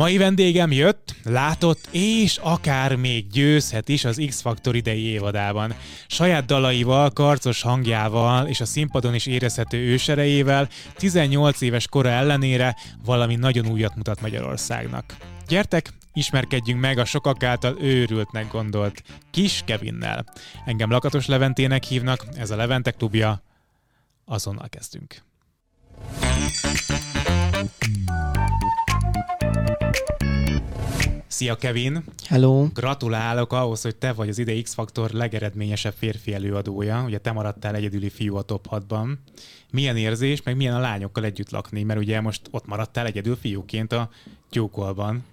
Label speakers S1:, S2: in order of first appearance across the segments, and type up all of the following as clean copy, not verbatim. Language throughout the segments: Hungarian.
S1: Mai vendégem jött, látott és akár még győzhet is az X-Factor idei évadában. Saját dalaival, karcos hangjával és a színpadon is érezhető őserejével 18 éves kora ellenére valami nagyon újat mutat Magyarországnak. Gyertek, ismerkedjünk meg a sokak által őrültnek gondolt Kis Kevinnel. Engem Lakatos Leventének hívnak, ez a Levente Klubja. Azonnal kezdünk. Szia Kevin!
S2: Hello!
S1: Gratulálok ahhoz, hogy te vagy az idei X-Factor legeredményesebb férfi előadója. Ugye te maradtál egyedüli fiú a top 6-ban. Milyen érzés, meg milyen a lányokkal együtt lakni? Mert ugye most ott maradtál egyedül fiúként a tyúkolban.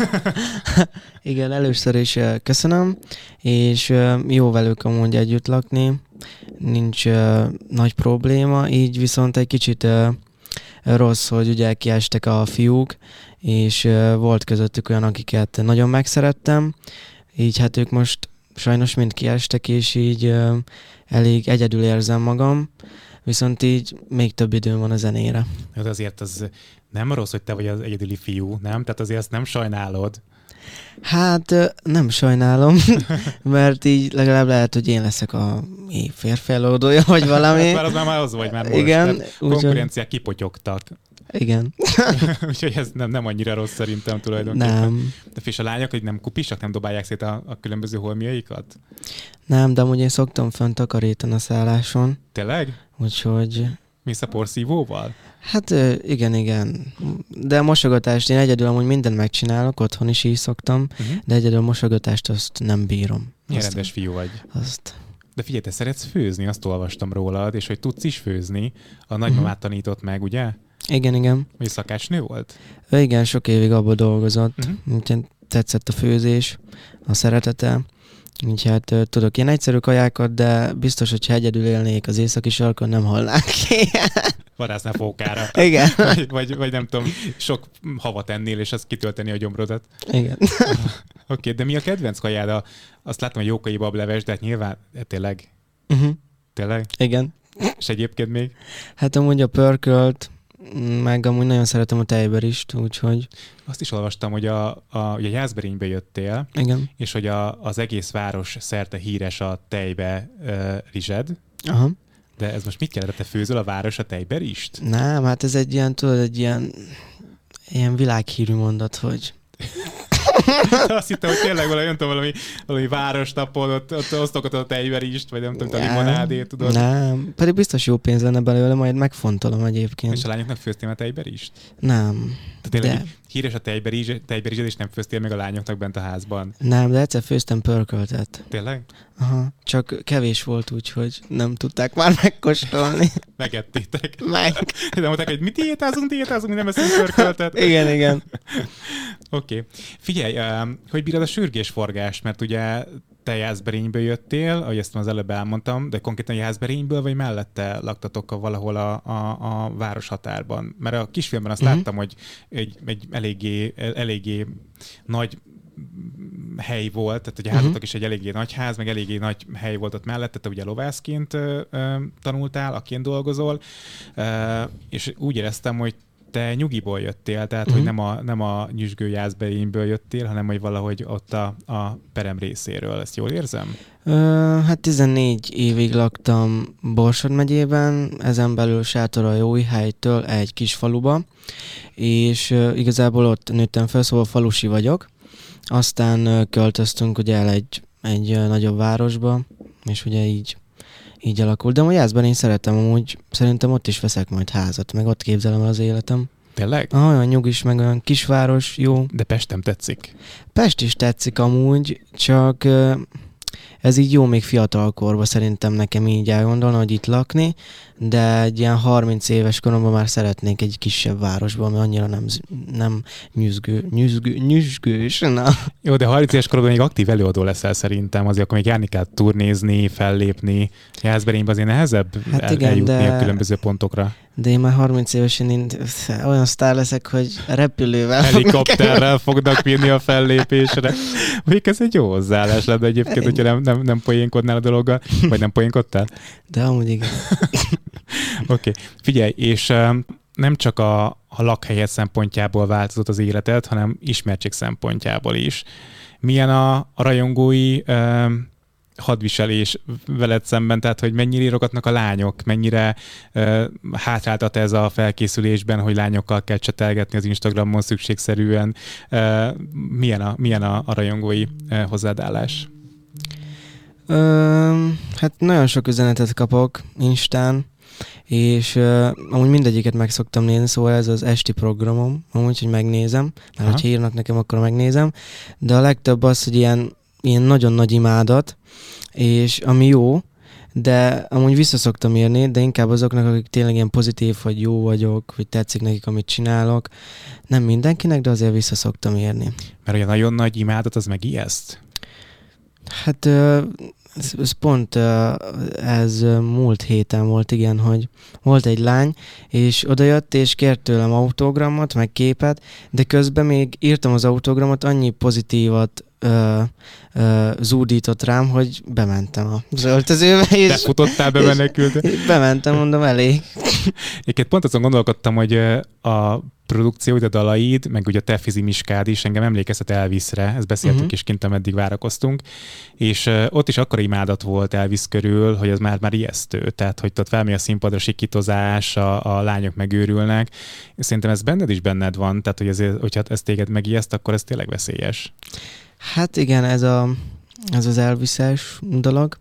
S2: Igen, először is köszönöm, és jó velük amúgy együtt lakni. Nincs nagy probléma, így viszont egy kicsit rossz, hogy ugye kiestek a fiúk, és volt közöttük olyan, akiket nagyon megszerettem, így hát ők most sajnos mind kiestek, és így elég egyedül érzem magam, viszont így még több időm van a zenére.
S1: De azért az nem rossz, hogy te vagy az egyedüli fiú, nem? Tehát azért ezt nem sajnálod.
S2: Hát nem sajnálom, mert így legalább lehet, hogy én leszek a férfi előadója, vagy valami.
S1: Már az vagy már most.
S2: Igen.
S1: Konkurenciák kipotyogtak.
S2: Igen.
S1: Úgyhogy ez nem annyira rossz szerintem tulajdonképpen.
S2: Nem.
S1: De és a lányok, hogy nem kupisak, nem dobálják szét a különböző holmiaikat?
S2: Nem, de amúgy én szoktam fent takarítani a szálláson.
S1: Tényleg?
S2: Úgyhogy...
S1: Mész a porszívóval?
S2: Hát igen. De a mosogatást én egyedül amúgy mindent megcsinálok, otthon is így szoktam, de egyedül a mosogatást azt nem bírom.
S1: Milyen rendes fiú vagy.
S2: Azt...
S1: De figyelj, te szeretsz főzni, azt olvastam rólad, és hogy tudsz is főzni. A nagymamát tanított meg, ugye?
S2: Igen.
S1: Vagy szakácsnő volt?
S2: Igen, sok évig abban dolgozott. Úgyhogy tetszett a főzés, a szeretete. Így hát tudok ilyen egyszerű kajákat, de biztos, hogyha egyedül élnék az északi sarkon, nem hallnák ki.
S1: Varázznál fókára.
S2: Igen.
S1: vagy nem tudom, sok havat ennél, és azt kitölteni a gyomrodat.
S2: Igen.
S1: Oké, de mi a kedvenc kajád? Azt látom, hogy jókai bableves, de hát nyilván tényleg. Tényleg?
S2: Igen.
S1: És egyébként még?
S2: Hát amúgy a pörkölt, meg amúgy nagyon szeretem a tejberist, úgyhogy...
S1: Azt is olvastam, hogy ugye Jászberénybe jöttél,
S2: igen.
S1: És hogy az egész város szerte híres a tejbe rizsed.
S2: Aha.
S1: De ez most mit kell, te főzöl a város a tejberist?
S2: Nem, hát ez egy ilyen, tudod, egy ilyen világhírű mondat, hogy...
S1: Azt hittem, hogy tényleg valami városnapon, ott osztogatod a tejberist, vagy nem tudom, a limonádét, tudod?
S2: Nem, pedig biztos jó pénz lenne belőle, majd megfontolom egyébként.
S1: És a lányoknak főztél a tejberist?
S2: Nem.
S1: Tehát tényleg híres a tejberizsed, és nem főztél meg a lányoknak bent a házban?
S2: Nem, de egyszer főztem pörköltet.
S1: Tényleg?
S2: Aha, csak kevés volt, úgyhogy nem tudták már megkóstolni.
S1: Megettétek?
S2: Meg.
S1: De mondták, hogy mi diétázunk, mi nem eszünk pörköltet.
S2: Igen.
S1: Oké. Figyelj, hogy bírod a sürgésforgást, mert ugye te Jászberényből jöttél, ahogy ezt az előbb elmondtam, de konkrétan Jászberényből, vagy mellette laktatok valahol a városhatárban? Mert a kisfilmben azt láttam, hogy egy eléggé nagy hely volt, tehát ugye házatok is egy eléggé nagy ház, meg eléggé nagy hely volt ott mellette, te ugye lovászként tanultál, aként dolgozol, és úgy éreztem, hogy te nyugiból jöttél, tehát hogy nem a nyüzsgő Jászberényből jöttél, hanem hogy valahogy ott a perem részéről. Ezt jól érzem?
S2: Hát 14 évig laktam Borsod megyében, ezen belül Sátoraljóújhelytől egy kis faluba, és igazából ott nőttem fel, szóval falusi vagyok. Aztán költöztünk ugye el egy nagyobb városba, és ugye így alakult. De a Jászberén szeretem, amúgy szerintem ott is veszek majd házat, meg ott képzelem el az életem.
S1: Tényleg?
S2: Olyan nyugis, meg olyan kisváros, jó.
S1: De Pest nem tetszik?
S2: Pest is tetszik amúgy, csak ez így jó még fiatalkorban szerintem nekem így elgondolni, hogy itt lakni, de egy ilyen 30 éves koromban már szeretnék egy kisebb városban, ami annyira nem nyüzsgős. Na.
S1: Jó, de 30 éves korodban még aktív előadó leszel szerintem, azért akkor még járni kell turnézni, fellépni. Jászberényben azért nehezebb eljutni a különböző pontokra.
S2: De én már 30 évesen olyan sztár leszek, hogy repülővel
S1: helikopterrel fognak vinni a fellépésre. Még ez egy jó hozzáállás lenne egyébként, hogyha nem poénkodnál a dologgal, vagy nem poénkodtál?
S2: De amúgy igen.
S1: Oké. Figyelj, és nem csak a lakhelyed szempontjából változott az életed, hanem ismertség szempontjából is. Milyen a rajongói hadviselés veled szemben, tehát hogy mennyire írogatnak a lányok, mennyire hátráltat ez a felkészülésben, hogy lányokkal kell csetelgetni az Instagramon szükségszerűen. Milyen a rajongói hozzáállás?
S2: Hát nagyon sok üzenetet kapok Instán, és amúgy mindegyiket meg szoktam nézni, szóval ez az esti programom, amúgy, hogy megnézem, mert hogyha írnak nekem, akkor megnézem, de a legtöbb az, hogy ilyen nagyon nagy imádat, és ami jó, de amúgy vissza szoktam írni, de inkább azoknak, akik tényleg ilyen pozitív, vagy jó vagyok, vagy tetszik nekik, amit csinálok. Nem mindenkinek, de azért vissza szoktam írni.
S1: Mert olyan nagyon nagy imádat, az megijeszt?
S2: Hát ez pont ez múlt héten volt, igen, hogy volt egy lány, és odajött, és kért tőlem autogramot, meg képet, de közben még írtam az autogramot, annyi pozitívat zúdított rám, hogy bementem az öltözőbe, és...
S1: Te futottál be, menekült?
S2: Bementem, mondom, elég.
S1: Én pont azon gondolkodtam, hogy a produkcióid, a dalaid, meg ugye a te fizimiskád is engem emlékeztet Elvisre, ezt beszéltünk is kint, ameddig várakoztunk, és ott is akkora imádat volt Elvis körül, hogy az már ijesztő, tehát hogy ott felmegy a színpadra sikítozás, a lányok megőrülnek. Szerintem ez benned van, tehát hogy azért, hogyha ez téged megijeszt, akkor ez tényleg veszélyes.
S2: Hát igen, ez az Elvis-es dolog.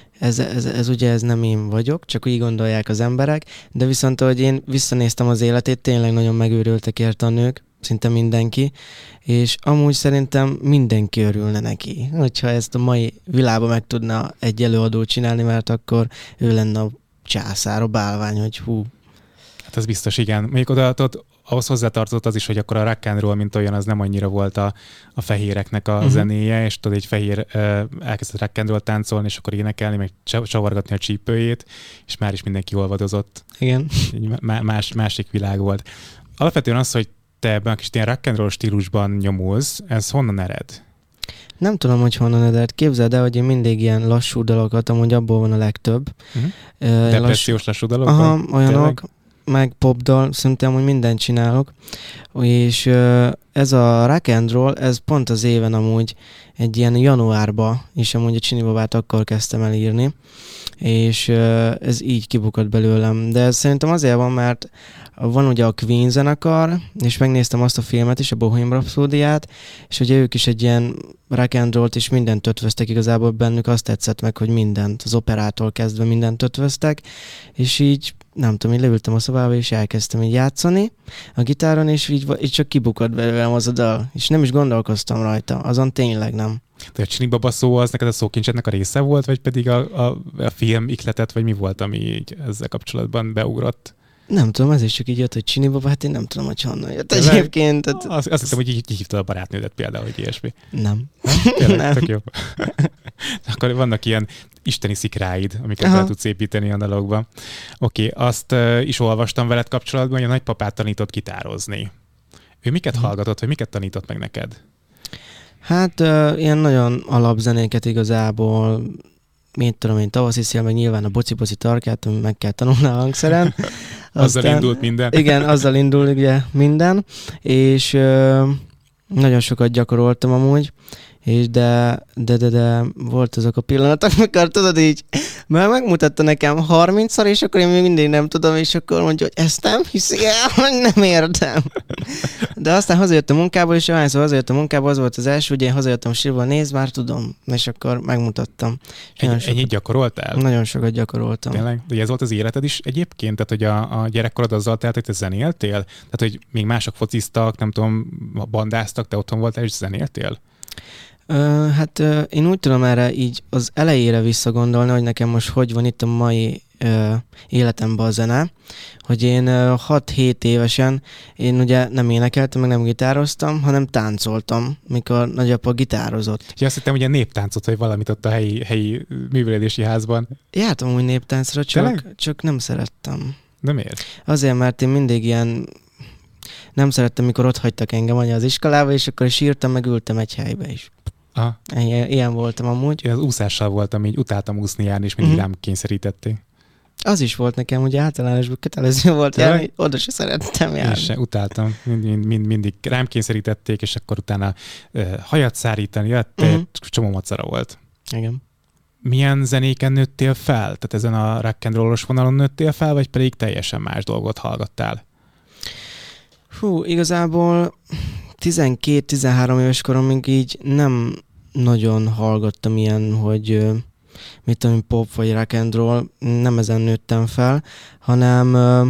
S2: Ez ugye ez nem én vagyok, csak úgy gondolják az emberek, de viszont, ahogy én visszanéztem az életét, tényleg nagyon megőrültek érte a nők, szinte mindenki, és amúgy szerintem mindenki örülne neki, hogyha ezt a mai világban meg tudna egy előadót csinálni, mert akkor ő lenne a császár, a bálvány, hogy hú.
S1: Hát ez biztos, igen. Mondjuk ahhoz hozzátartozott az is, hogy akkor a rock and roll, mint olyan, az nem annyira volt a fehéreknek a zenéje, és tudod, egy fehér elkezdett rock and roll táncolni, és akkor énekelni, meg csavargatni a csípőjét, és már is mindenki olvadozott.
S2: Igen.
S1: Másik világ volt. Alapvetően az, hogy te ebben a kis ilyen rock and roll stílusban nyomulsz, ez honnan ered?
S2: Nem tudom, hogy honnan ered. Képzeld el, hogy én mindig ilyen lassú dalokat, amúgy abból van a legtöbb.
S1: Depressziós lassú dalokban?
S2: Aha, olyanok. Meg popdal, szerintem, hogy mindent csinálok, és ez a rock and roll, ez pont az éven amúgy egy ilyen januárba, és amúgy a Csinibabát akkor kezdtem el írni, és ez így kibukott belőlem, de ez szerintem azért van, mert van ugye a Queen zenekar, és megnéztem azt a filmet is, a Bohemian Rhapsody-ját, és ugye ők is egy ilyen rock and rollt, és mindent ötvöztek igazából bennük, azt tetszett meg, hogy mindent, az operától kezdve mindent ötvöztek, és így nem tudom, én leültem a szobába, és elkezdtem így játszani a gitáron, és így csak kibukott belőlem az a dal, és nem is gondolkoztam rajta, azon tényleg nem.
S1: De a Csinibaba szó az neked a szókincsednek a része volt, vagy pedig a film ikletet, vagy mi volt, ami így ezzel kapcsolatban beugrott?
S2: Nem tudom, ez is csak így jött, hogy Csinibaba, hát én nem tudom, hogy honnan jött egyébként.
S1: Azt hiszem, hogy így hívtad a barátnődet például, hogy ilyesmi.
S2: Nem.
S1: Tényleg,
S2: nem.
S1: Tök jó. Akkor vannak ilyen isteni szikráid, amiket be tudsz építeni a dalokba. Oké, azt is olvastam veled kapcsolatban, hogy a nagypapát tanított gitározni. Ő miket hallgatott, vagy miket tanított meg neked? Hát
S2: ilyen nagyon alapzenéket igazából, mit tudom én, Tavaszi szél, meg nyilván a boci-boci tarkát, meg kell tanulni a hangszeren.
S1: Azzal indult minden.
S2: Igen, azzal indul ugye minden, és nagyon sokat gyakoroltam amúgy, és de volt azok a pillanatok, amikor tudod így, mert megmutatta nekem 30-szor, és akkor én még mindig nem tudom, és akkor mondja, hogy ezt nem hiszi el, hogy nem értem. De aztán hazajöttem munkából, és ahányszor hazajöttem munkából, az volt az első, hogy én hazajöttem sírva, nézd, már tudom, és akkor megmutattam.
S1: Ennyit gyakoroltál?
S2: Nagyon sokat gyakoroltam.
S1: Tényleg? De ez volt az életed is egyébként? Tehát, hogy a gyerekkorod azzal telt, hogy te zenéltél? Tehát, hogy még mások fociztak, nem tudom, bandáztak, te otthon voltál és zenéltél?
S2: Hát én úgy tudom erre így az elejére visszagondolni, hogy nekem most hogy van itt a mai életemben a zene, hogy én 6-7 évesen, én ugye nem énekeltem, meg nem gitároztam, hanem táncoltam, mikor nagyapa gitározott.
S1: Ja, azt hittem, hogy ilyen néptáncot, vagy valamit ott a helyi művelési házban.
S2: Jártam úgy néptáncra, csak nem szerettem.
S1: De miért?
S2: Azért, mert én mindig ilyen nem szerettem, mikor ott hagytak engem anya az iskolába, és akkor sírtam, meg ültem egy helybe is.
S1: Aha.
S2: Ilyen voltam amúgy.
S1: Én az úszással voltam, így utáltam úszni járni, és mindig rám kényszerítették.
S2: Az is volt nekem, hogy általánosban kötelező volt járni, oda se szerettem járni.
S1: Én se utáltam, mindig rám kényszerítették, és akkor utána hajat szárítani, csomó macera volt.
S2: Igen.
S1: Milyen zenéken nőttél fel? Tehát ezen a rock and roll-os vonalon nőttél fel, vagy pedig teljesen más dolgot hallgattál?
S2: Igazából 12-13 éves koromig így nem nagyon hallgattam ilyen, hogy mit tudom, pop vagy rock and roll, nem ezen nőttem fel, hanem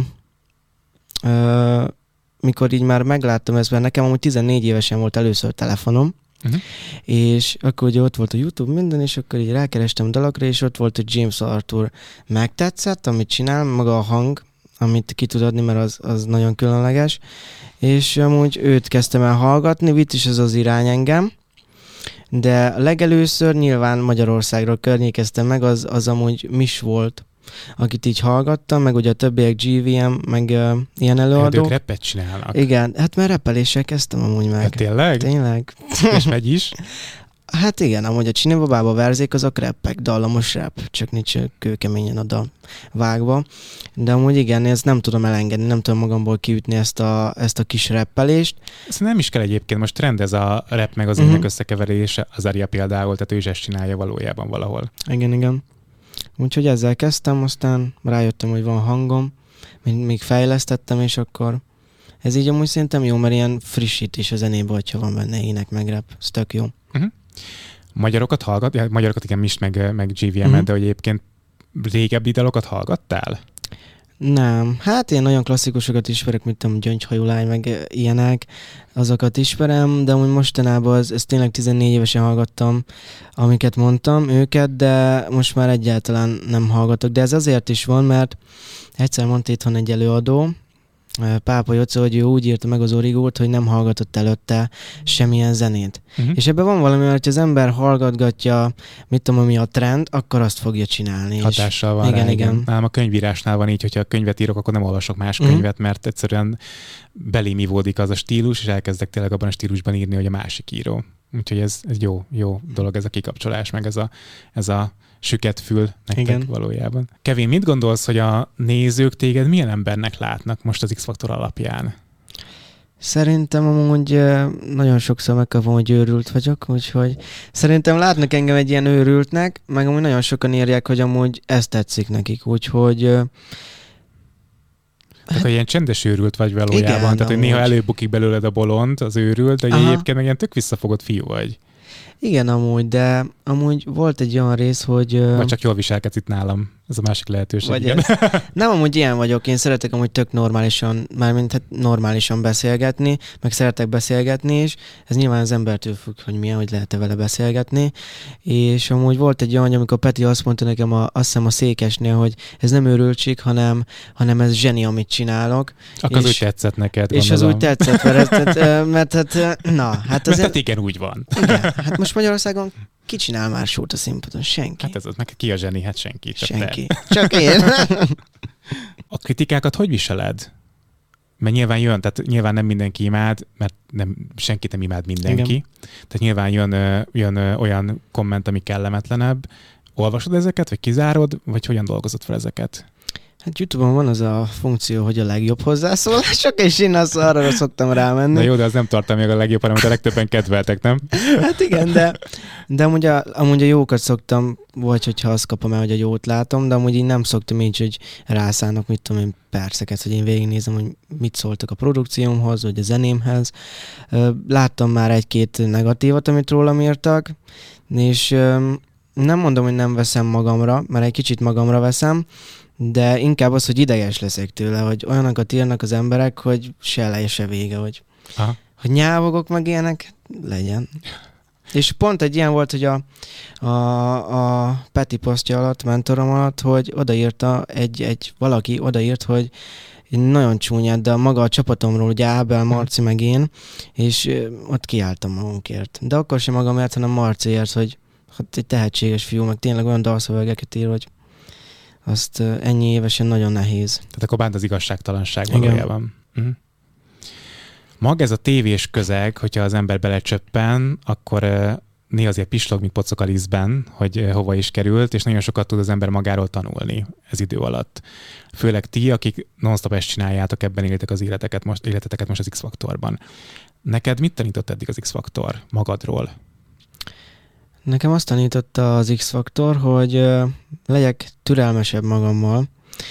S2: mikor így már megláttam ezt, mert nekem amúgy 14 évesen volt először telefonom, és akkor ugye ott volt a YouTube minden, és akkor így rákerestem dalokra, és ott volt a James Arthur. Megtetszett, amit csinál, maga a hang, amit ki tud adni, mert az nagyon különleges, és amúgy őt kezdtem el hallgatni, vitt is ez az irány engem, de legelőször nyilván Magyarországról környékeztem meg, az amúgy Mis volt, akit így hallgattam, meg ugye a többiek GVM, meg ilyen előadók.
S1: Ők rappet csinálnak.
S2: Igen, hát már rappeléssel kezdtem amúgy meg.
S1: Hát tényleg?
S2: Tényleg.
S1: És megy is?
S2: Hát igen, amúgy a Csinibabába verzék azok rappek, dallamos rap, csak nincs kőkeményen oda vágva. De amúgy igen, ezt nem tudom elengedni, nem tudom magamból kiütni ezt a kis rappelést.
S1: Ez nem is kell egyébként, most trend ez a rap meg az ének összekeverése, az Aria például, tehát ő is ezt csinálja valójában valahol.
S2: Igen. Úgyhogy ezzel kezdtem, aztán rájöttem, hogy van hangom, még fejlesztettem, és akkor ez így amúgy szerintem jó, mert ilyen frissítés a zenébe, hogyha van benne ének, meg rap, ez tök jó.
S1: Magyarokat hallgat? Magyarokat igen, Mist meg GVM-et, de hogy egyébként régebbi dalokat hallgattál?
S2: Nem, hát én nagyon klasszikusokat ismerek, mint tudom, Gyöngyhajú lány, meg ilyenek, azokat ismerem, de amúgy mostanában ezt tényleg 14 évesen hallgattam, amiket mondtam, őket, de most már egyáltalán nem hallgatok. De ez azért is van, mert egyszer mondta itthon egy előadó, Pápa Joce, hogy ő úgy írta meg az Origót, hogy nem hallgatott előtte semmilyen zenét. És ebben van valami, hogy az ember hallgatgatja, mit tudom, ami a trend, akkor azt fogja csinálni.
S1: Hatással van rá, igen. Nálam a könyvírásnál van így, hogyha a könyvet írok, akkor nem olvasok más könyvet, mert egyszerűen belém ivódik az a stílus, és elkezdek tényleg abban a stílusban írni, hogy a másik író. Úgyhogy ez jó dolog, ez a kikapcsolás, meg ez a süket fül nektek igen. Valójában. Kevin, mit gondolsz, hogy a nézők téged milyen embernek látnak most az X-faktor alapján?
S2: Szerintem amúgy nagyon sokszor megkapom, hogy őrült vagyok, úgyhogy szerintem látnak engem egy ilyen őrültnek, meg amúgy nagyon sokan írják, hogy amúgy ez tetszik nekik, úgyhogy...
S1: Tehát, hogy ilyen csendes őrült vagy valójában, igen, tehát, hogy néha előbukik belőled a bolond, az őrült, de egyébként meg ilyen tök visszafogott fiú vagy.
S2: Igen, amúgy, de amúgy volt egy olyan rész, hogy...
S1: Vagy csak jól viselkedsz itt nálam. Ez a másik lehetőség. Vagy
S2: nem, amúgy ilyen vagyok. Én szeretek amúgy tök normálisan, mármint hát normálisan beszélgetni, meg szeretek beszélgetni is. Ez nyilván az embertől függ, hogy milyen, hogy lehet-e vele beszélgetni. És amúgy volt egy olyan, amikor Peti azt mondta nekem, azt hiszem a Székesnél, hogy ez nem őrültség, hanem ez zseni, amit csinálok.
S1: Akkor az úgy tetszett neked,
S2: és
S1: gondolom.
S2: az úgy tetszett, mert hát, na, hát azért...
S1: Mert igen, úgy van.
S2: Igen, hát most Magyarországon ki csinál már sót a színpadon? Senki.
S1: Hát ez az, meg ki a zseni? Hát senki.
S2: Senki. Csak én.
S1: A kritikákat hogy viseled? Mert nyilván nyilván nem mindenki imád, mert senkit nem imád mindenki. Igen. Tehát nyilván jön olyan komment, ami kellemetlenebb. Olvasod ezeket, vagy kizárod, vagy hogyan dolgozod fel ezeket?
S2: Hát YouTube-on van az a funkció, hogy a legjobb hozzászólások, és én arra szoktam rámenni.
S1: Na jó, de az nem tartalmilag a legjobb, hanem a legtöbben kedveltek, nem?
S2: Hát igen, de amúgy a jókat szoktam, vagy hogyha azt kapom el, hogy a jót látom, de amúgy így nem szoktam így, hogy rászállnak, mit tudom én, perceket, hogy én végignézem, hogy mit szóltak a produkciómhoz, vagy a zenémhez. Láttam már egy-két negatívat, amit rólam írtak, és nem mondom, hogy nem veszem magamra, mert egy kicsit magamra veszem, de inkább az, hogy ideges leszek tőle, hogy olyanokat írnak az emberek, hogy se eleje, se vége, hogy nyávogok meg ilyenek, legyen. És pont egy ilyen volt, hogy a Peti posztja alatt, mentorom alatt, hogy odaírta, valaki odaírt, hogy nagyon csúnyát, de maga a csapatomról, ugye Ábel, Marci meg én, és ott kiálltam magunkért. De akkor sem magamért, hanem Marciért, hogy hát egy tehetséges fiú, meg tényleg olyan dalszövegeket ír, hogy azt ennyi évesen nagyon nehéz.
S1: Tehát akkor bánt az igazságtalanság valójában. Maga ez a tévés közeg, hogyha az ember belecsöppen, akkor néha azért pislog, mint pocok a lisztben, hogy hova is került, és nagyon sokat tud az ember magáról tanulni ez idő alatt. Főleg ti, akik non-stop ezt csináljátok, ebben éltek az életeteket most az X-faktorban. Neked mit tanított eddig az X-faktor magadról?
S2: Nekem azt tanította az X-faktor, hogy legyek türelmesebb magammal,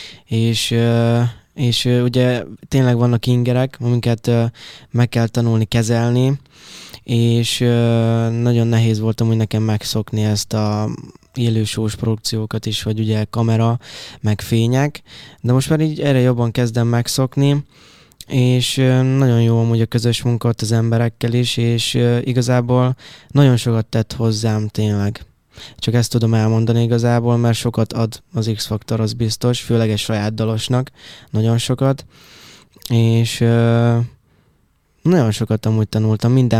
S2: és ugye tényleg vannak ingerek, amiket meg kell tanulni kezelni, és nagyon nehéz voltam, hogy nekem megszokni ezt a élősós produkciókat is, hogy ugye kamera, meg fények, de most már így erre jobban kezdem megszokni, és nagyon jó amúgy a közös munka ott az emberekkel is, és igazából nagyon sokat tett hozzám tényleg. Csak ezt tudom elmondani igazából, mert sokat ad az X-faktor, az biztos, főleg egy saját dalosnak, nagyon sokat, és nagyon sokat amúgy tanultam mind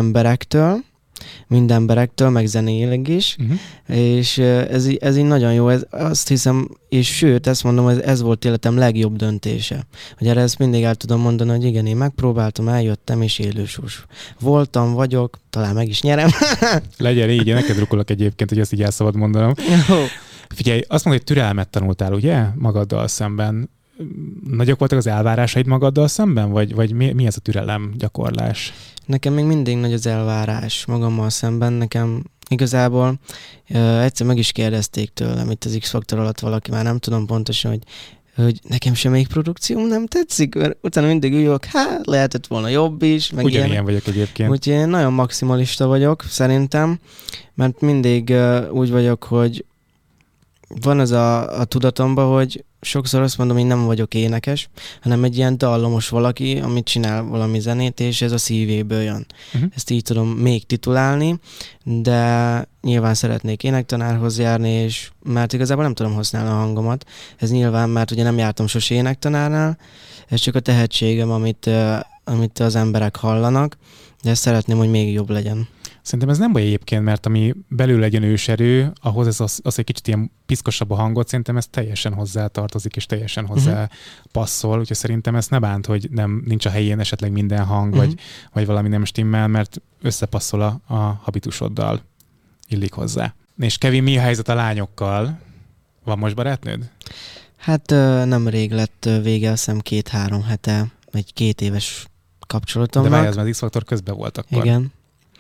S2: emberektől, meg zenéleg is, és ez így nagyon jó, azt hiszem, és sőt, ezt mondom, ez volt életem legjobb döntése. Hogy erre ezt mindig el tudom mondani, hogy igen, én megpróbáltam, eljöttem, és élősús. Voltam, vagyok, talán meg is nyerem.
S1: Legyen így, én neked drukkolok egyébként, hogy ezt így el szabad mondanom. Figyelj, azt mondod, hogy türelmet tanultál, ugye? Magaddal szemben. Nagyok voltak az elvárásaid magaddal szemben, vagy mi ez a türelem gyakorlás?
S2: Nekem még mindig nagy az elvárás magammal szemben. Nekem igazából egyszer meg is kérdezték tőlem itt az X-faktor alatt valaki, már nem tudom pontosan, hogy nekem semmelyik produkcióm nem tetszik, mert utána mindig ülök, lehetett volna jobb is. Meg
S1: ugyanilyen vagyok egyébként.
S2: Úgyhogy én nagyon maximalista vagyok, szerintem, mert mindig úgy vagyok, hogy van az a tudatomban, hogy sokszor azt mondom, hogy nem vagyok énekes, hanem egy ilyen dallamos valaki, amit csinál valami zenét, és ez a szívéből jön. Ezt így tudom még titulálni, de nyilván szeretnék énektanárhoz járni, és mert igazából nem tudom használni a hangomat. Ez nyilván, mert ugye nem jártam sose énektanárnál, ez csak a tehetségem, amit az emberek hallanak, de ezt szeretném, hogy még jobb legyen.
S1: Szerintem ez nem baj egyébként, mert ami belül legyen őserő, ahhoz ez az egy kicsit ilyen piszkosabb a hangot, szerintem ez teljesen hozzá tartozik, és teljesen hozzá passzol, úgyhogy szerintem ez ne bánt, hogy nincs a helyén esetleg minden hang, vagy valami nem stimmel, mert összepasszol a habitusoddal, illik hozzá. És Kevin, mi a helyzet a lányokkal? Van most barátnőd?
S2: Hát nemrég lett vége, azt hiszem 2-3 hete, egy 2 éves kapcsolatomnak.
S1: De várj, az már X-faktor közben volt akkor.
S2: Igen.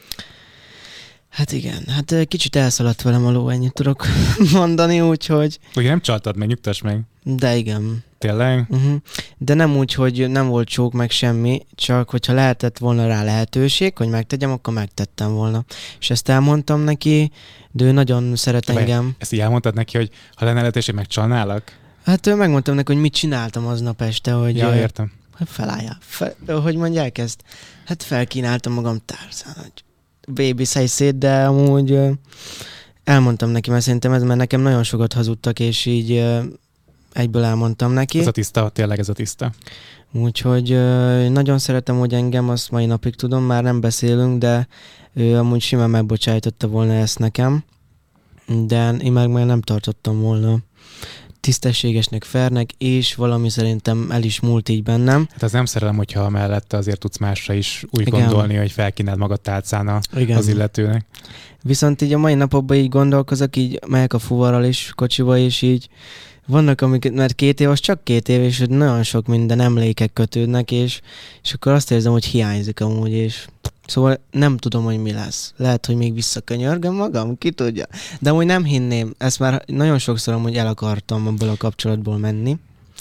S2: Hát igen, hát kicsit elszaladt velem a ló, ennyit tudok mondani, úgyhogy...
S1: Ugye nem csaltad meg, nyugtass meg.
S2: De igen.
S1: Tényleg?
S2: De nem úgy, hogy nem volt csók meg semmi, csak hogyha lehetett volna rá lehetőség, hogy megtegyem, akkor megtettem volna. És ezt elmondtam neki, de ő nagyon szeret engem.
S1: Ezt így elmondtad neki, hogy ha lenne lehetőség, megcsalnálak?
S2: Hát megmondtam neki, hogy mit csináltam aznap este, hogy...
S1: Ja, értem.
S2: Felálljál. Hogy mondják ezt? Hát felkínáltam magam tárzán, hogy baby száj szét, de amúgy elmondtam neki, mert szerintem mert nekem nagyon sokat hazudtak, és így egyből elmondtam neki.
S1: Ez a tiszta, tényleg ez a tiszta.
S2: Úgyhogy nagyon szeretem, hogy engem, azt mai napig tudom, már nem beszélünk, de ő amúgy simán megbocsájtotta volna ezt nekem, de én meg nem tartottam volna tisztességesnek, fairnek, és valami szerintem el is múlt így bennem.
S1: Hát az nem szerelem, hogyha mellette azért tudsz másra is úgy gondolni, hogy felkínáld magad tálcán az illetőnek.
S2: Viszont így a mai napokban így gondolkozok, így megyek a fuvarral is, kocsiba, és így vannak, mert 2 év az csak 2 év, és nagyon sok minden emlékek kötődnek, és akkor azt érzem, hogy hiányzik amúgy, és szóval nem tudom, hogy mi lesz. Lehet, hogy még visszakönyörgöm magam, ki tudja. De amúgy nem hinném, ezt már nagyon sokszor amúgy el akartam abból a kapcsolatból menni.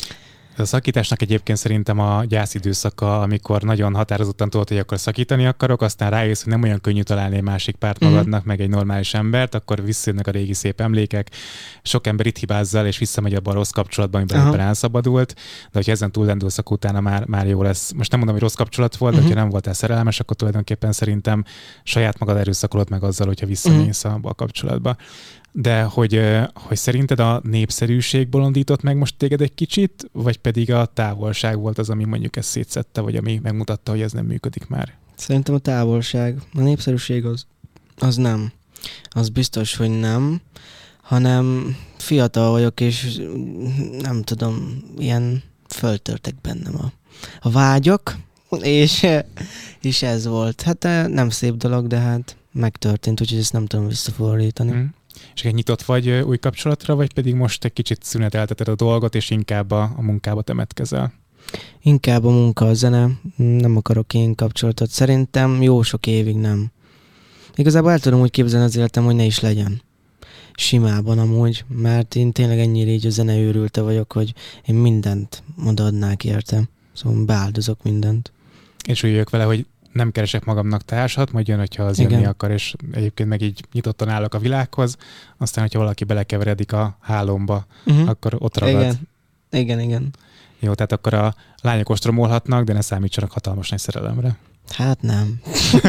S1: A szakításnak egyébként szerintem a gyászidőszaka, amikor nagyon határozottan tudod, hogy akkor szakítani akarok, aztán rájössz, hogy nem olyan könnyű találni egy másik párt magadnak, meg egy normális embert, akkor visszajönnek a régi szép emlékek. Sok ember itt hibázzal, és visszamegy abba a rossz kapcsolatba, amiben éppen elszabadult, de hogyha ezen túllendülsz, akkor utána már jó lesz. Most nem mondom, hogy rossz kapcsolat volt, de ha nem voltál szerelmes, akkor tulajdonképpen szerintem saját magad erőszakolod meg azzal, hogyha visszamész abba a kapcsolatba. De hogy szerinted a népszerűség bolondított meg most téged egy kicsit, vagy pedig a távolság volt az, ami mondjuk ezt szétszette, vagy ami megmutatta, hogy ez nem működik már?
S2: Szerintem a távolság. A népszerűség az nem. Az biztos, hogy nem, hanem fiatal vagyok, és nem tudom, ilyen föltörtek bennem a vágyok, és ez volt. Hát nem szép dolog, de hát megtörtént, úgyhogy ezt nem tudom visszafordítani.
S1: És egy nyitott vagy új kapcsolatra, vagy pedig most egy kicsit szünetelteted a dolgot, és inkább a munkába temetkezel?
S2: Inkább a munka, a zene, nem akarok én kapcsolatot. Szerintem jó sok évig nem. Igazából el tudom úgy képzelni az életem, hogy ne is legyen. Simában amúgy, mert én tényleg ennyire így a zene őrülte vagyok, hogy én mindent odaadnák érte. Szóval beáldozok mindent.
S1: És úgy jövök vele, hogy nem keresek magamnak társat, majd jön, hogyha az jönni akar, és egyébként meg így nyitottan állok a világhoz, aztán, hogyha valaki belekeveredik a hálómba, akkor ott ragad.
S2: Igen.
S1: Jó, tehát akkor a lányok ostromolhatnak, de ne számítsanak hatalmas nagy szerelemre.
S2: Hát nem.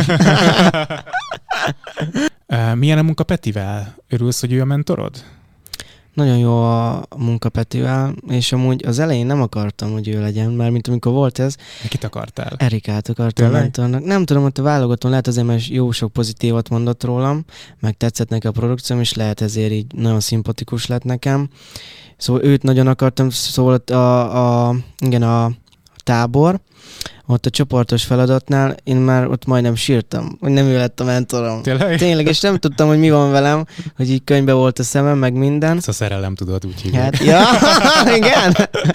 S1: Milyen a munka Petivel? Örülsz, hogy ő a mentorod?
S2: Nagyon jó a munka Petivel, és amúgy az elején nem akartam, hogy ő legyen, mert mint amikor volt ez.
S1: Kit akartál?
S2: Erikát akartam mentornak. Nem tudom, hogy a válogatón lehet azért, mert jó sok pozitívat mondott rólam, meg tetszett neki a produkcióm, és lehet ezért így nagyon szimpatikus lett nekem. Szóval őt nagyon akartam, szóval a tábor, ott a csoportos feladatnál én már ott majdnem sírtam, hogy nem ő lett a mentorom. Tényleg, és nem tudtam, hogy mi van velem, hogy így könyvbe volt a szemem, meg minden.
S1: Ez a szerelem, tudod, úgy hívják.
S2: Hát, ja, igen.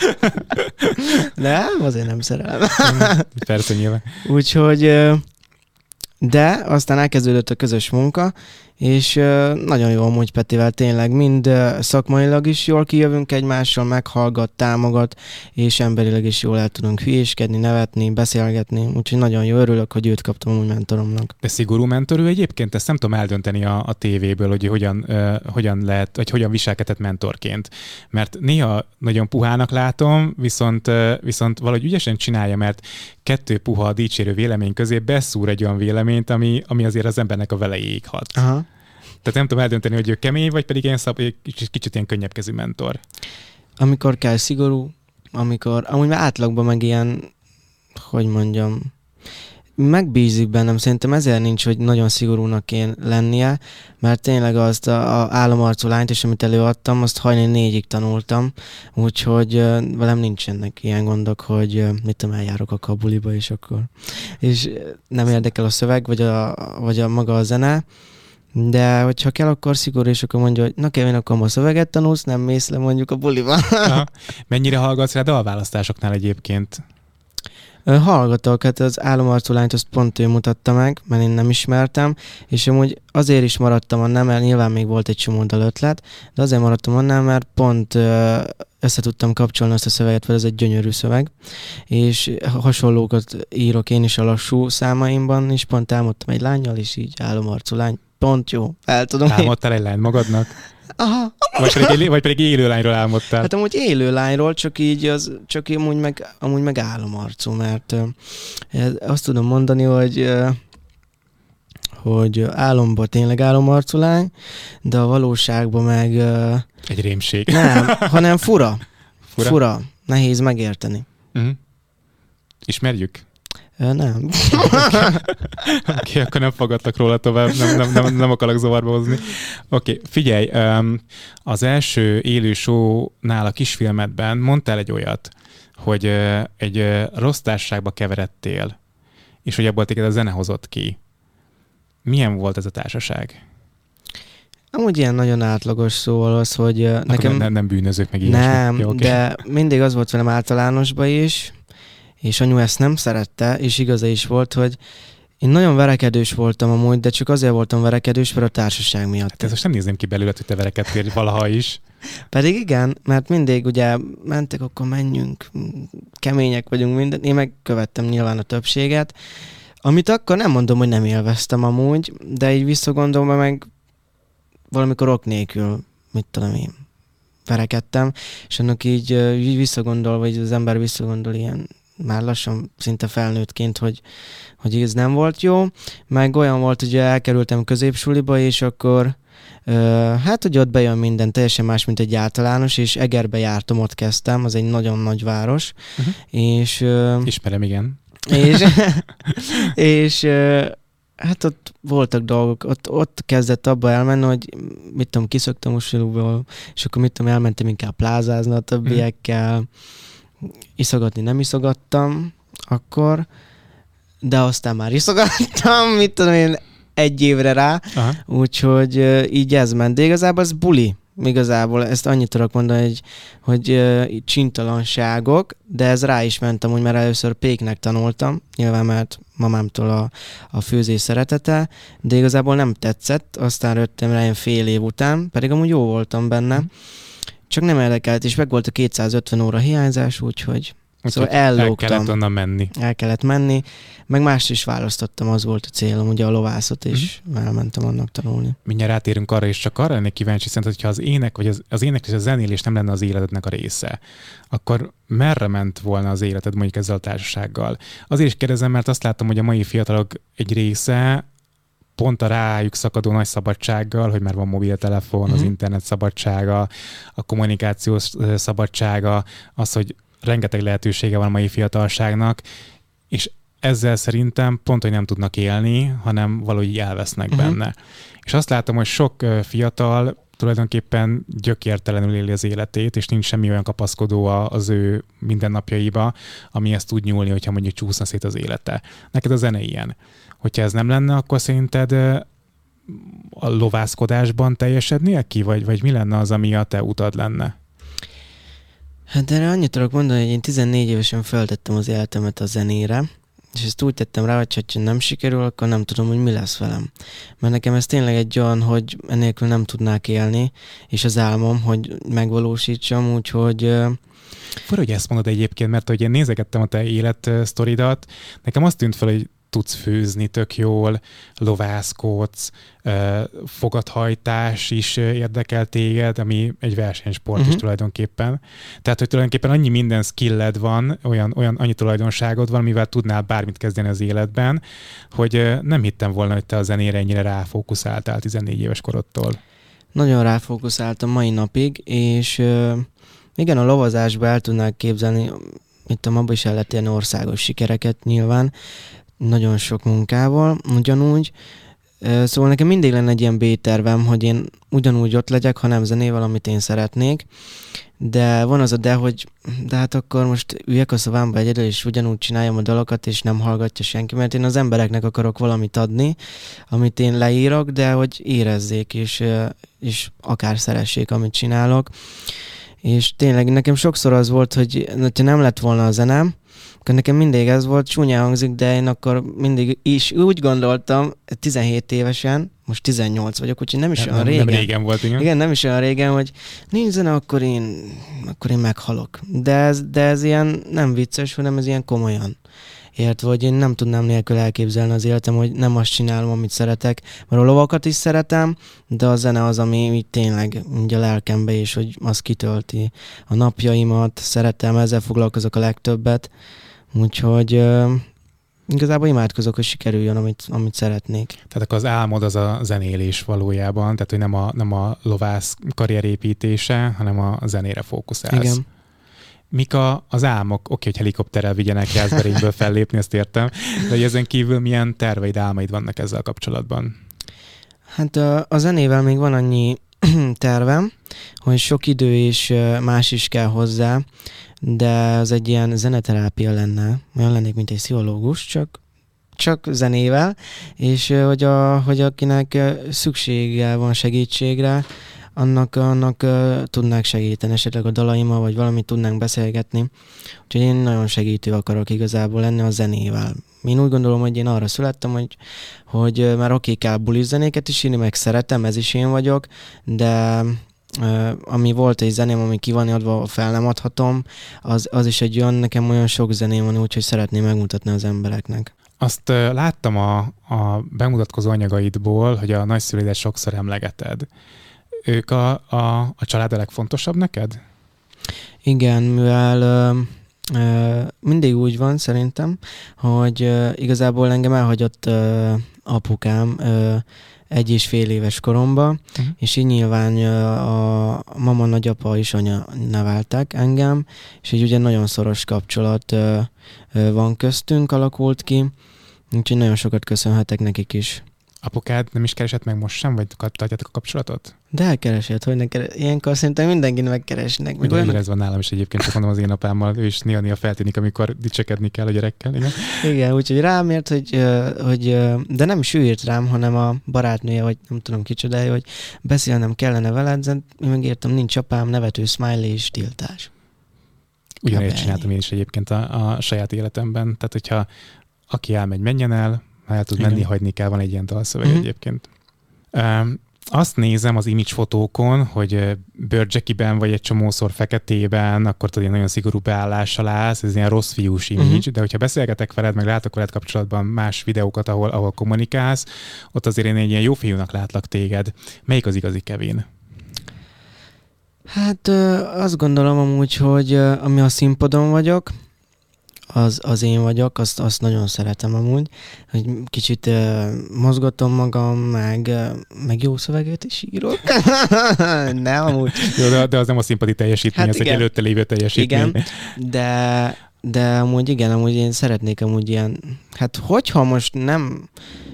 S2: Nem, azért nem szerelem.
S1: Persze, nyilván.
S2: Úgyhogy, de aztán elkezdődött a közös munka, és nagyon jó amúgy Petivel tényleg, mind szakmailag is jól kijövünk egymással, meghallgat, támogat, és emberileg is jól el tudunk hülyéskedni, nevetni, beszélgetni, úgyhogy nagyon jó, örülök, hogy őt kaptam amúgy mentoromnak.
S1: De szigorú mentor ő egyébként? Ezt nem tudom eldönteni a tévéből, hogy hogyan lehet, vagy hogyan viselkedett mentorként. Mert néha nagyon puhának látom, viszont valahogy ügyesen csinálja, mert kettő puha dicsérő vélemény közé beszúr egy olyan véleményt, ami azért az embernek a velejéig hat.
S2: Aha.
S1: Tehát nem tudom eldönteni, hogy ő kemény, vagy pedig kicsit ilyen könnyebbkezű mentor.
S2: Amikor kell szigorú, amúgy már átlagban meg ilyen, hogy mondjam, megbízik bennem, szerintem ezért nincs, hogy nagyon szigorúnak kéne lennie, mert tényleg azt a államarcú lányt is, amit előadtam, azt hajnali 4-ig tanultam, úgyhogy velem nincsenek ilyen gondok, hogy mit tudom, eljárok a kabuliba, és nem érdekel a szöveg, vagy a maga a zene, de hogyha kell, akkor szigorú, és akkor mondja, hogy na Kevin, akkor a szöveget tanulsz, nem mész le mondjuk a buliba.
S1: Mennyire hallgatsz rá dalválasztásoknál egyébként?
S2: Hallgatok, hát az államarcú lányt azt pont ő mutatta meg, mert én nem ismertem, és amúgy azért is maradtam annál, mert nyilván még volt egy csomó dalötlet, de azért maradtam annál, mert pont össze tudtam kapcsolni azt a szöveget, mert ez egy gyönyörű szöveg, és hasonlókat írok én is a lassú számaimban, és pont álmodtam egy lánnyal, és így államarcú lány, pont jó, el tudom.
S1: Álmodtál egy lányt magadnak?
S2: Aha.
S1: Vagy pedig élő lányról álmodtál?
S2: Hát amúgy élő lányról, csak amúgy meg államarcú, mert azt tudom mondani, hogy álomban tényleg államarcú lány, de a valóságban meg...
S1: Egy rémség.
S2: Nem, hanem fura. Nehéz megérteni.
S1: Ismerjük?
S2: Nem.
S1: Oké, akkor nem fogadtak róla tovább, nem akarok zavarba hozni. Oké, figyelj, az első élő shownál a kisfilmedben mondtál egy olyat, hogy egy rossz társaságba keveredtél, és hogy abból téged a zene hozott ki. Milyen volt ez a társaság?
S2: Amúgy ilyen nagyon átlagos, szóval az, hogy nekem...
S1: Nem bűnözők meg
S2: nem, jó, okay. De mindig az volt velem általánosban is, és anyu ezt nem szerette, és igaza is volt, hogy én nagyon verekedős voltam amúgy, de csak azért voltam verekedős, mert a társaság miatt.
S1: Hát ez most nem nézném ki belőle, hogy te verekedtél valaha is.
S2: Pedig igen, mert mindig ugye mentek, akkor menjünk, kemények vagyunk minden. Én megkövettem nyilván a többséget, amit akkor nem mondom, hogy nem élveztem amúgy, de így visszagondolva meg valamikor ok nélkül, mit tudom én, verekedtem, és annak így visszagondolva, hogy az ember visszagondol ilyen már lassan szinte felnőttként, hogy ez nem volt jó. Meg olyan volt, hogy elkerültem középsuliba, és akkor hát, hogy ott bejön minden teljesen más, mint egy általános, és Egerbe jártam, ott kezdtem, az egy nagyon nagy város. És...
S1: Ismerem, igen.
S2: És hát ott voltak dolgok, ott kezdett abba elmenni, hogy mit tudom, kiszöktem a suliból, és akkor mit tudom, elmentem inkább plázázni a többiekkel, iszogatni nem iszogattam akkor, de aztán már iszogattam, mit tudom én, egy évre rá, úgyhogy így ez ment. De igazából ez buli. Igazából ezt annyit tudok mondani, hogy csintalanságok, de ez rá is mentem, hogy már először péknek tanultam, nyilván mert mamámtól a főzés szeretete, de igazából nem tetszett, aztán jöttem rá fél év után, pedig amúgy jó voltam benne, csak nem érdekelt, és meg volt a 250 óra hiányzás, úgyhogy szóval ellógtam.
S1: El kellett onnan menni.
S2: El kellett menni, meg mást is választottam, az volt a célom, ugye a lovászat, és elmentem annak tanulni.
S1: Mindjárt rátérünk arra, és csak arra lennék kíváncsi, szerint, hogyha az ének, vagy az éneklés, a zenélés nem lenne az életednek a része, akkor merre ment volna az életed mondjuk ezzel a társasággal? Azért is kérdezem, mert azt látom, hogy a mai fiatalok egy része pont a rájuk szakadó nagy szabadsággal, hogy már van mobiltelefon, az internet szabadsága, a kommunikációs szabadsága, az, hogy rengeteg lehetősége van a mai fiatalságnak, és ezzel szerintem pont, hogy nem tudnak élni, hanem valahogy elvesznek benne. És azt látom, hogy sok fiatal tulajdonképpen gyökértelenül éli az életét, és nincs semmi olyan kapaszkodó az ő mindennapjaiba, amihez tud nyúlni, hogyha mondjuk csúszna szét az élete. Neked a zene ilyen. Hogyha ez nem lenne, akkor szerinted a lovászkodásban teljesednél ki, vagy mi lenne az, ami a te utad lenne?
S2: Hát erre annyit tudok mondani, hogy én 14 évesen feltettem az életemet a zenére, és ezt úgy tettem rá, hogy ha nem sikerül, akkor nem tudom, hogy mi lesz velem. Mert nekem ez tényleg egy olyan, hogy enélkül nem tudnák élni, és az álmom, hogy megvalósítsam, úgyhogy...
S1: Fura, hogy ezt mondod egyébként, mert hogy én nézegettem a te életsztoridat, nekem azt tűnt fel, hogy tudsz főzni tök jól, lovászkodsz, fogathajtás is érdekel téged, ami egy versenysport is tulajdonképpen. Tehát, hogy tulajdonképpen annyi minden skilled van, annyi tulajdonságod van, amivel tudnál bármit kezdeni az életben, hogy nem hittem volna, hogy te a zenére ennyire ráfókuszáltál 14 éves korodtól.
S2: Nagyon ráfókuszáltam mai napig, és igen, a lovazásba el tudnák képzelni, itt abban is el lehet érni országos sikereket nyilván, nagyon sok munkával, ugyanúgy. Szóval nekem mindig lenne egy ilyen B-tervem, hogy én ugyanúgy ott legyek, ha nem zenével, amit én szeretnék, de van az a hogy de hát akkor most üljek a szobámba egyedül, és ugyanúgy csináljam a dalokat, és nem hallgatja senki, mert én az embereknek akarok valamit adni, amit én leírok, de hogy érezzék, és akár szeressék, amit csinálok. És tényleg nekem sokszor az volt, hogy ha nem lett volna a zenem, akkor nekem mindig ez volt, csúnyán hangzik, de én akkor mindig is úgy gondoltam, 17 évesen, most 18 vagyok, úgyhogy nem is olyan régen.
S1: Nem régen volt, igen.
S2: Igen, nem is olyan régen, hogy nincs zene, akkor én meghalok. De ez ilyen nem vicces, hanem ez ilyen komolyan. Értve, hogy én nem tudnám nélkül elképzelni az életem, hogy nem azt csinálom, amit szeretek, mert a lovakat is szeretem, de a zene az, ami így tényleg így a lelkembe is, hogy az kitölti a napjaimat, szeretem, ezzel foglalkozok a legtöbbet, úgyhogy igazából imádkozok, hogy sikerüljön, amit szeretnék. Tehát
S1: akkor az álmod az a zenélés valójában, tehát hogy nem a lovász karrierépítése, hanem a zenére fókuszálsz.
S2: Igen.
S1: Mik az álmok? Oké, hogy helikopterrel vigyenek Jászberényből fellépni, ezt értem, de ezen kívül milyen terveid, álmaid vannak ezzel kapcsolatban?
S2: Hát a zenével még van annyi tervem, hogy sok idő és más is kell hozzá, de az egy ilyen zeneterápia lenne, olyan lennék, mint egy pszichológus, csak zenével, és hogy akinek szüksége van segítségre, annak tudnák segíteni, esetleg a dalaimmal, vagy valamit tudnánk beszélgetni. Úgyhogy én nagyon segítő akarok igazából lenni a zenével. Én úgy gondolom, hogy én arra születtem, hogy már kell bulis zenéket is írni, meg szeretem, ez is én vagyok, de ami volt egy zeném, ami ki van adva, fel nem adhatom, az is egy olyan, nekem olyan sok zeném van, úgyhogy szeretném megmutatni az embereknek.
S1: Azt láttam a bemutatkozó anyagaidból, hogy a nagyszüleidet sokszor emlegeted. Ők a család a legfontosabb neked? Igen,
S2: mivel mindig úgy van szerintem, hogy igazából engem elhagyott apukám 1,5 éves koromba, és így nyilván a mama, nagyapa és anya neveltek engem, és így ugye nagyon szoros kapcsolat van köztünk, alakult ki, úgyhogy nagyon sokat köszönhetek nekik is.
S1: Apukád nem is keresett meg most sem, vagy tartjátok a kapcsolatot?
S2: De elkeresett, hogy ne keres. Ilyenkor szerintem mindenkin megkeresnek.
S1: Ugye ez van nálam is egyébként, csak mondom az én apámmal, ő is néha feltűnik, amikor dicsekedni kell a gyerekkel. Igen,
S2: igen, úgyhogy rám ért, hogy de nem is ő írt rám, hanem a barátnője, vagy nem tudom kicsodája, hogy beszélnem kellene veled, de én megírtam, nincs apám, nevető smiley és tiltás.
S1: Ugyanért csináltam én is egyébként a saját életemben, tehát hogyha aki elmegy, menjen el, ha el tud menni, hagyni kell, van egy ilyen dalszöveg egyébként. Azt nézem az image fotókon, hogy bőrcsekiben vagy egy csomószor feketében, akkor tudod, nagyon szigorú beállással állsz, ez ilyen rossz fiús image, de hogyha beszélgetek veled, meg látok veled kapcsolatban más videókat, ahol kommunikálsz, ott azért én egy ilyen jó fiúnak látlak téged. Melyik az igazi Kevin?
S2: Hát azt gondolom amúgy, hogy ami a színpadon vagyok, az én vagyok, azt nagyon szeretem amúgy, hogy kicsit mozgatom magam, meg jó szöveget is írok. Nem amúgy.
S1: Jó, de az nem a színpadi teljesítmény, hát ez egy előtte lévő teljesítmény.
S2: Igen, de amúgy én szeretnék amúgy ilyen, hát hogyha most nem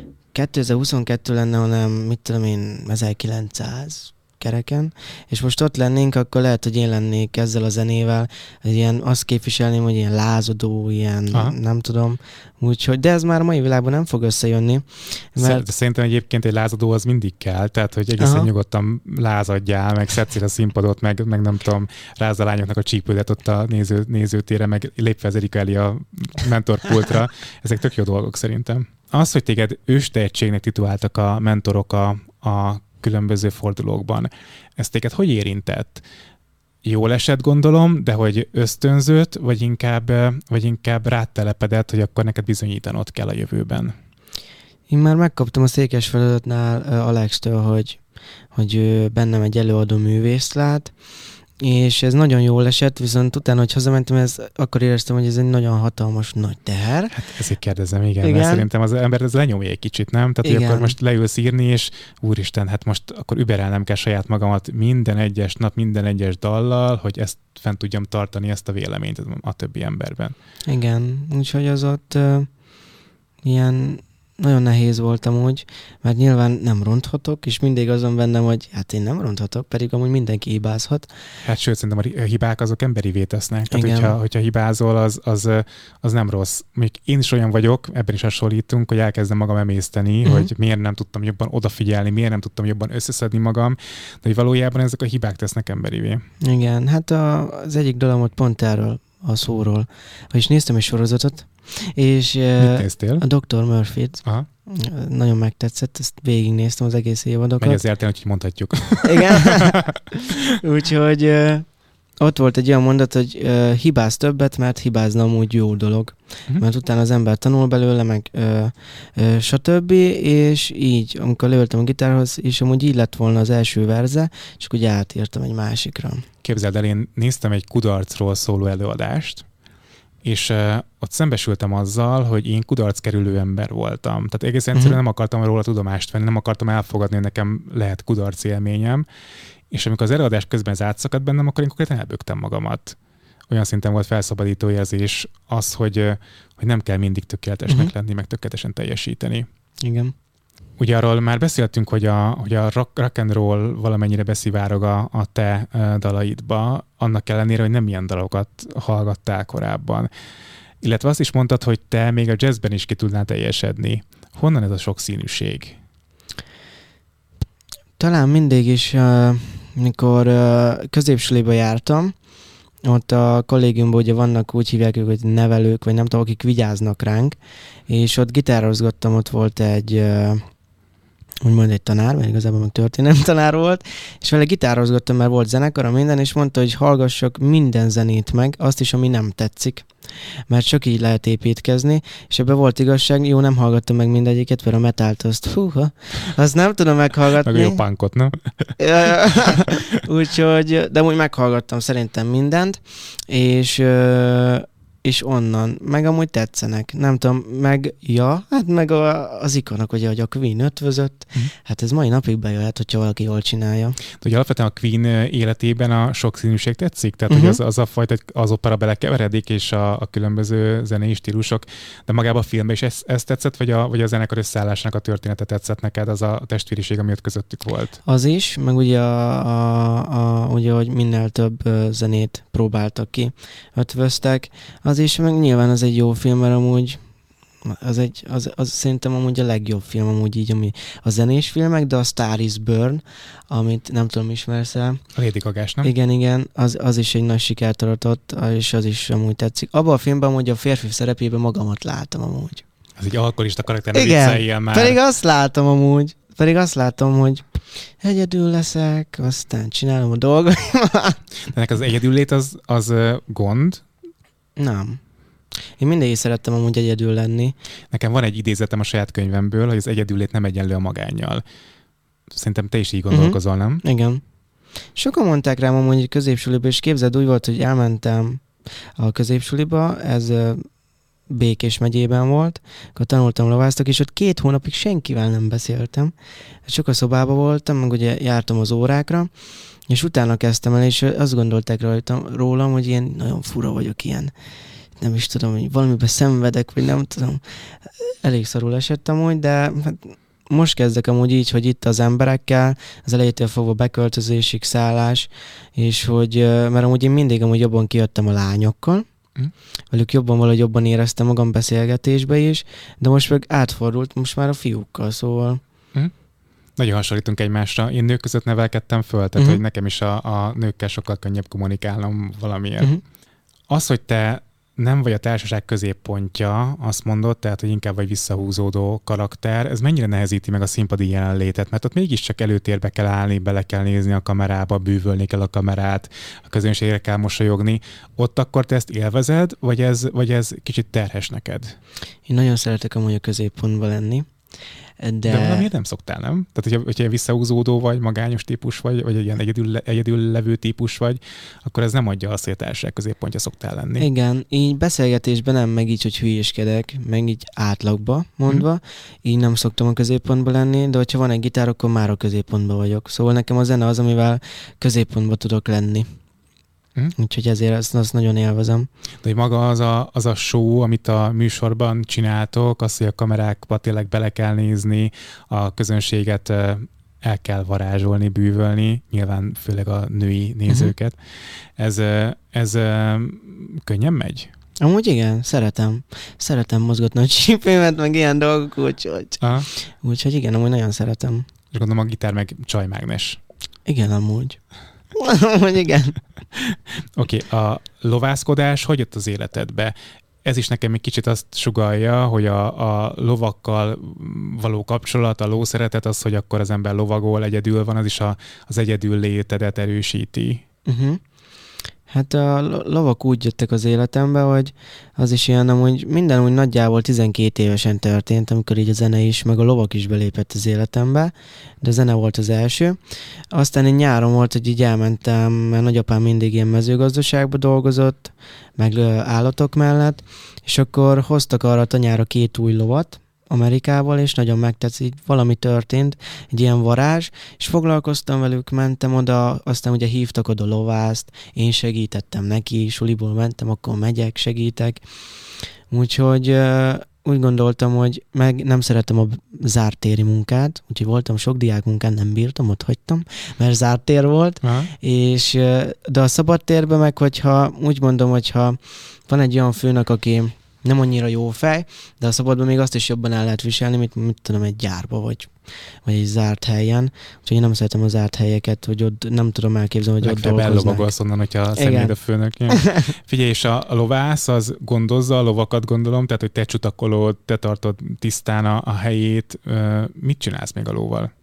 S2: 2022 lenne, hanem mit tudom én, 1900 kereken, és most ott lennénk, akkor lehet, hogy én lennék ezzel a zenével, ilyen, azt képviselném, hogy ilyen lázadó, ilyen, nem tudom, úgyhogy, de ez már a mai világban nem fog összejönni.
S1: Mert... Szerintem egyébként egy lázadó az mindig kell, tehát, hogy egészen nyugodtan lázadjál, meg szedszél a színpadot, meg nem tudom, rázd a lányoknak a csípődet ott a nézőtére, meg lépve az Erika elé a mentorpultra. Ezek tök jó dolgok szerintem. Az, hogy téged őstehetségnek tituláltak a mentorok a különböző fordulókban. Ez téged hogy érintett? Jól esett, gondolom, de hogy ösztönzött, vagy inkább rád telepedett, hogy akkor neked bizonyítanod kell a jövőben?
S2: Én már megkaptam a Székesföldötnál Alex-től, hogy ő bennem egy előadó művészt lát, és ez nagyon jól esett, viszont utána, hogy hazamentem, akkor éreztem, hogy ez egy nagyon hatalmas nagy teher.
S1: Hát ezért kérdezem, igen. Mert szerintem az ember ez lenyomja egy kicsit, nem? Tehát, hogy akkor most leülsz írni, és úristen, hát most akkor überelnem kell saját magamat minden egyes nap, minden egyes dallal, hogy ezt fent tudjam tartani, ezt a véleményt a többi emberben.
S2: Igen, úgyhogy az ott ilyen nagyon nehéz volt amúgy, mert nyilván nem ronthatok, és mindig azon bennem, hogy hát én nem ronthatok, pedig amúgy mindenki hibázhat.
S1: Hát sőt, szerintem a hibák azok emberivé tesznek. Tehát, hogyha hibázol, az nem rossz. Még én is olyan vagyok, ebben is hasonlítunk, hogy elkezdem magam emészteni, hogy miért nem tudtam jobban odafigyelni, miért nem tudtam jobban összeszedni magam, de hogy valójában ezek a hibák tesznek emberivé.
S2: Igen, hát az egyik dalomot pont erről a szóról, vagyis néztem egy sorozatot, és
S1: mit néztél?
S2: A Dr. Murphy-t.
S1: Aha.
S2: Nagyon megtetszett, ezt végignéztem az egész évadokat.
S1: Megy az RTL, úgyhogy mondhatjuk.
S2: Igen. Úgyhogy ott volt egy olyan mondat, hogy hibáz többet, mert hibázna amúgy jó dolog. Mert utána az ember tanul belőle, meg stb. És így, amikor leültem a gitárhoz, és amúgy így lett volna az első verze, és akkor átírtam egy másikra.
S1: Képzeld el, én néztem egy kudarcról szóló előadást, és ott szembesültem azzal, hogy én kudarckerülő ember voltam. Tehát egész egyszerűen nem akartam róla tudomást venni, nem akartam elfogadni, hogy nekem lehet kudarc élményem, és amikor az előadás közben ez átszakadt bennem, akkor én konkrétan elbögtem magamat. Olyan szinten volt felszabadító érzés az, hogy nem kell mindig tökéletesnek lenni, meg tökéletesen teljesíteni.
S2: Igen.
S1: Ugye arról már beszéltünk, hogy a rock and roll valamennyire beszivárog a te dalaidba, annak ellenére, hogy nem ilyen dalokat hallgattál korábban. Illetve azt is mondtad, hogy te még a jazzben is ki tudnál teljesedni. Honnan ez a sokszínűség?
S2: Talán mindig is, mikor középsuliba jártam, ott a kollégiumban ugye vannak, úgy hívják ők, hogy nevelők, vagy nem tudom, akik vigyáznak ránk, és ott gitározgattam, ott volt egy úgymond egy tanár, mert igazából meg történelemtanár volt, és vele gitározgattam, mert volt zenekara, minden, és mondta, hogy hallgassak minden zenét meg, azt is, ami nem tetszik, mert csak így lehet építkezni, és ebben volt igazság, jó, nem hallgattam meg mindegyiket, mert a metált azt nem tudom meghallgatni.
S1: Meg a jó punkot, nem?
S2: Úgyhogy, de úgy meghallgattam szerintem mindent, és és onnan, meg amúgy tetszenek. Nem tudom, meg az ikonok, ugye, hogy a Queen ötvözött, hát ez mai napig bejöhet, hogyha valaki jól csinálja.
S1: Ugye alapvetően a Queen életében a sokszínűség tetszik? Tehát, hogy az a fajta, az opera belekeveredik, és a különböző zenei stílusok, de magában a filmben is ez tetszett, vagy a zenekar összeállásnak a története tetszett neked, az a testvériség, ami ott közöttük volt?
S2: Az is, meg ugye, ugye hogy minél több zenét próbáltak ki, ötvöztek, az is, meg nyilván az egy jó film, mert amúgy az szerintem amúgy a legjobb film amúgy így, ami a zenés filmek, de a Star is Born, amit nem tudom, ismersz el.
S1: A Lady Gagás, nem?
S2: Igen, az is egy nagy sikert aratott, és az is amúgy tetszik. Abban a filmben amúgy a férfi szerepében magamat látom amúgy.
S1: Ez egy alkoholista karakternek vicceljél már.
S2: Pedig azt látom, hogy egyedül leszek, aztán csinálom a dolgaimat.
S1: De neked az egyedüllét az gond?
S2: Nem. Én mindig szerettem amúgy egyedül lenni.
S1: Nekem van egy idézetem a saját könyvemből, hogy az egyedüllét nem egyenlő a magánnyal. Szerintem te is így gondolkozol, nem?
S2: Igen. Sokan mondták rám amúgy, hogy középsuliba, és képzeld, úgy volt, hogy elmentem a középsuliba, ez Békés megyében volt, akkor tanultam, lováztak, és ott 2 hónapig senkivel nem beszéltem. Csak a szobában voltam, meg ugye jártam az órákra, és utána kezdtem el, és azt gondolták rólam, hogy ilyen nagyon fura vagyok, ilyen nem is tudom, hogy valamiben szenvedek, vagy nem tudom. Elég szarul esett amúgy, de hát most kezdek amúgy így, hogy itt az emberekkel, az elejétől fogva beköltözésig, szállás, és hogy, mert amúgy én mindig amúgy jobban kijöttem a lányokkal, velük jobban éreztem magam beszélgetésbe is, de most meg átfordult most már a fiúkkal, szóval.
S1: Nagyon hasonlítunk egymásra. Én nők között nevelkedtem föl, tehát hogy nekem is a nőkkel sokkal könnyebb kommunikálnom valamiért. Az, hogy te nem vagy a társaság középpontja, azt mondod, tehát, hogy inkább vagy visszahúzódó karakter, ez mennyire nehezíti meg a színpadi jelenlétet? Mert ott mégiscsak előtérbe kell állni, bele kell nézni a kamerába, bűvölni kell a kamerát, a közönségre kell mosolyogni. Ott akkor te ezt élvezed, vagy ez kicsit terhes neked?
S2: Én nagyon szeretek amúgy a középpontban lenni. De
S1: valamiért nem szoktál, nem? Tehát, hogyha visszahúzódó vagy, magányos típus vagy egy ilyen egyedül levő típus vagy, akkor ez nem adja azt, hogy a társaság középpontja szoktál lenni.
S2: Igen, így beszélgetésben nem, meg így, hogy hülyéskedek, meg így átlagba mondva, így nem szoktam a középpontba lenni, de hogyha van egy gitár, akkor már a középpontban vagyok. Szóval nekem a zene az, amivel középpontba tudok lenni. Úgyhogy ezért azt nagyon élvezem.
S1: De hogy maga az a show, amit a műsorban csináltok, az, hogy a kamerákba tényleg bele kell nézni, a közönséget el kell varázsolni, bűvölni, nyilván főleg a női nézőket. Ez könnyen megy?
S2: Amúgy igen, szeretem mozgatni a csípémet, meg ilyen dolgok, úgyhogy igen, amúgy nagyon szeretem.
S1: És gondolom a gitár meg csajmágnes.
S2: Igen, amúgy. Amúgy igen.
S1: Oké, a lovászkodás hogy jött az életedbe? Ez is nekem egy kicsit azt sugallja, hogy a lovakkal való kapcsolat, a lószeretet, az, hogy akkor az ember lovagol, egyedül van, az is az egyedül létedet erősíti.
S2: Hát a lovak úgy jöttek az életembe, hogy az is ilyen amúgy minden úgy nagyjából 12 évesen történt, amikor így a zene is, meg a lovak is belépett az életembe, de a zene volt az első. Aztán egy nyáron volt, hogy így elmentem, mert nagyapám mindig ilyen mezőgazdaságban dolgozott, meg állatok mellett, és akkor hoztak arra a tanyára 2 új lovat Amerikából, és nagyon megtetszik, valami történt, egy ilyen varázs, és foglalkoztam velük, mentem oda, aztán ugye hívtak oda lovászt, én segítettem neki, suliból mentem, akkor megyek, segítek. Úgyhogy úgy gondoltam, hogy meg nem szeretem a zárt téri munkát, úgyhogy voltam sok diák munkán, nem bírtam, ott hagytam, mert zárt tér volt, és, de a szabad térben meg, hogyha úgy mondom, hogyha van egy olyan főnök, aki nem annyira jó fej, de a szabadban még azt is jobban el lehet viselni, mit tudom, egy gyárba, vagy egy zárt helyen. Úgyhogy én nem szeretem a zárt helyeket, hogy ott nem tudom elképzelni, hogy ott dolgoznak.
S1: Ellovagolsz onnan, hogyha szemléd a főnök. Figyelj, és a lovász az gondozza a lovakat, gondolom, tehát, hogy te csutakolod, te tartod tisztán a helyét. Mit csinálsz még a lóval?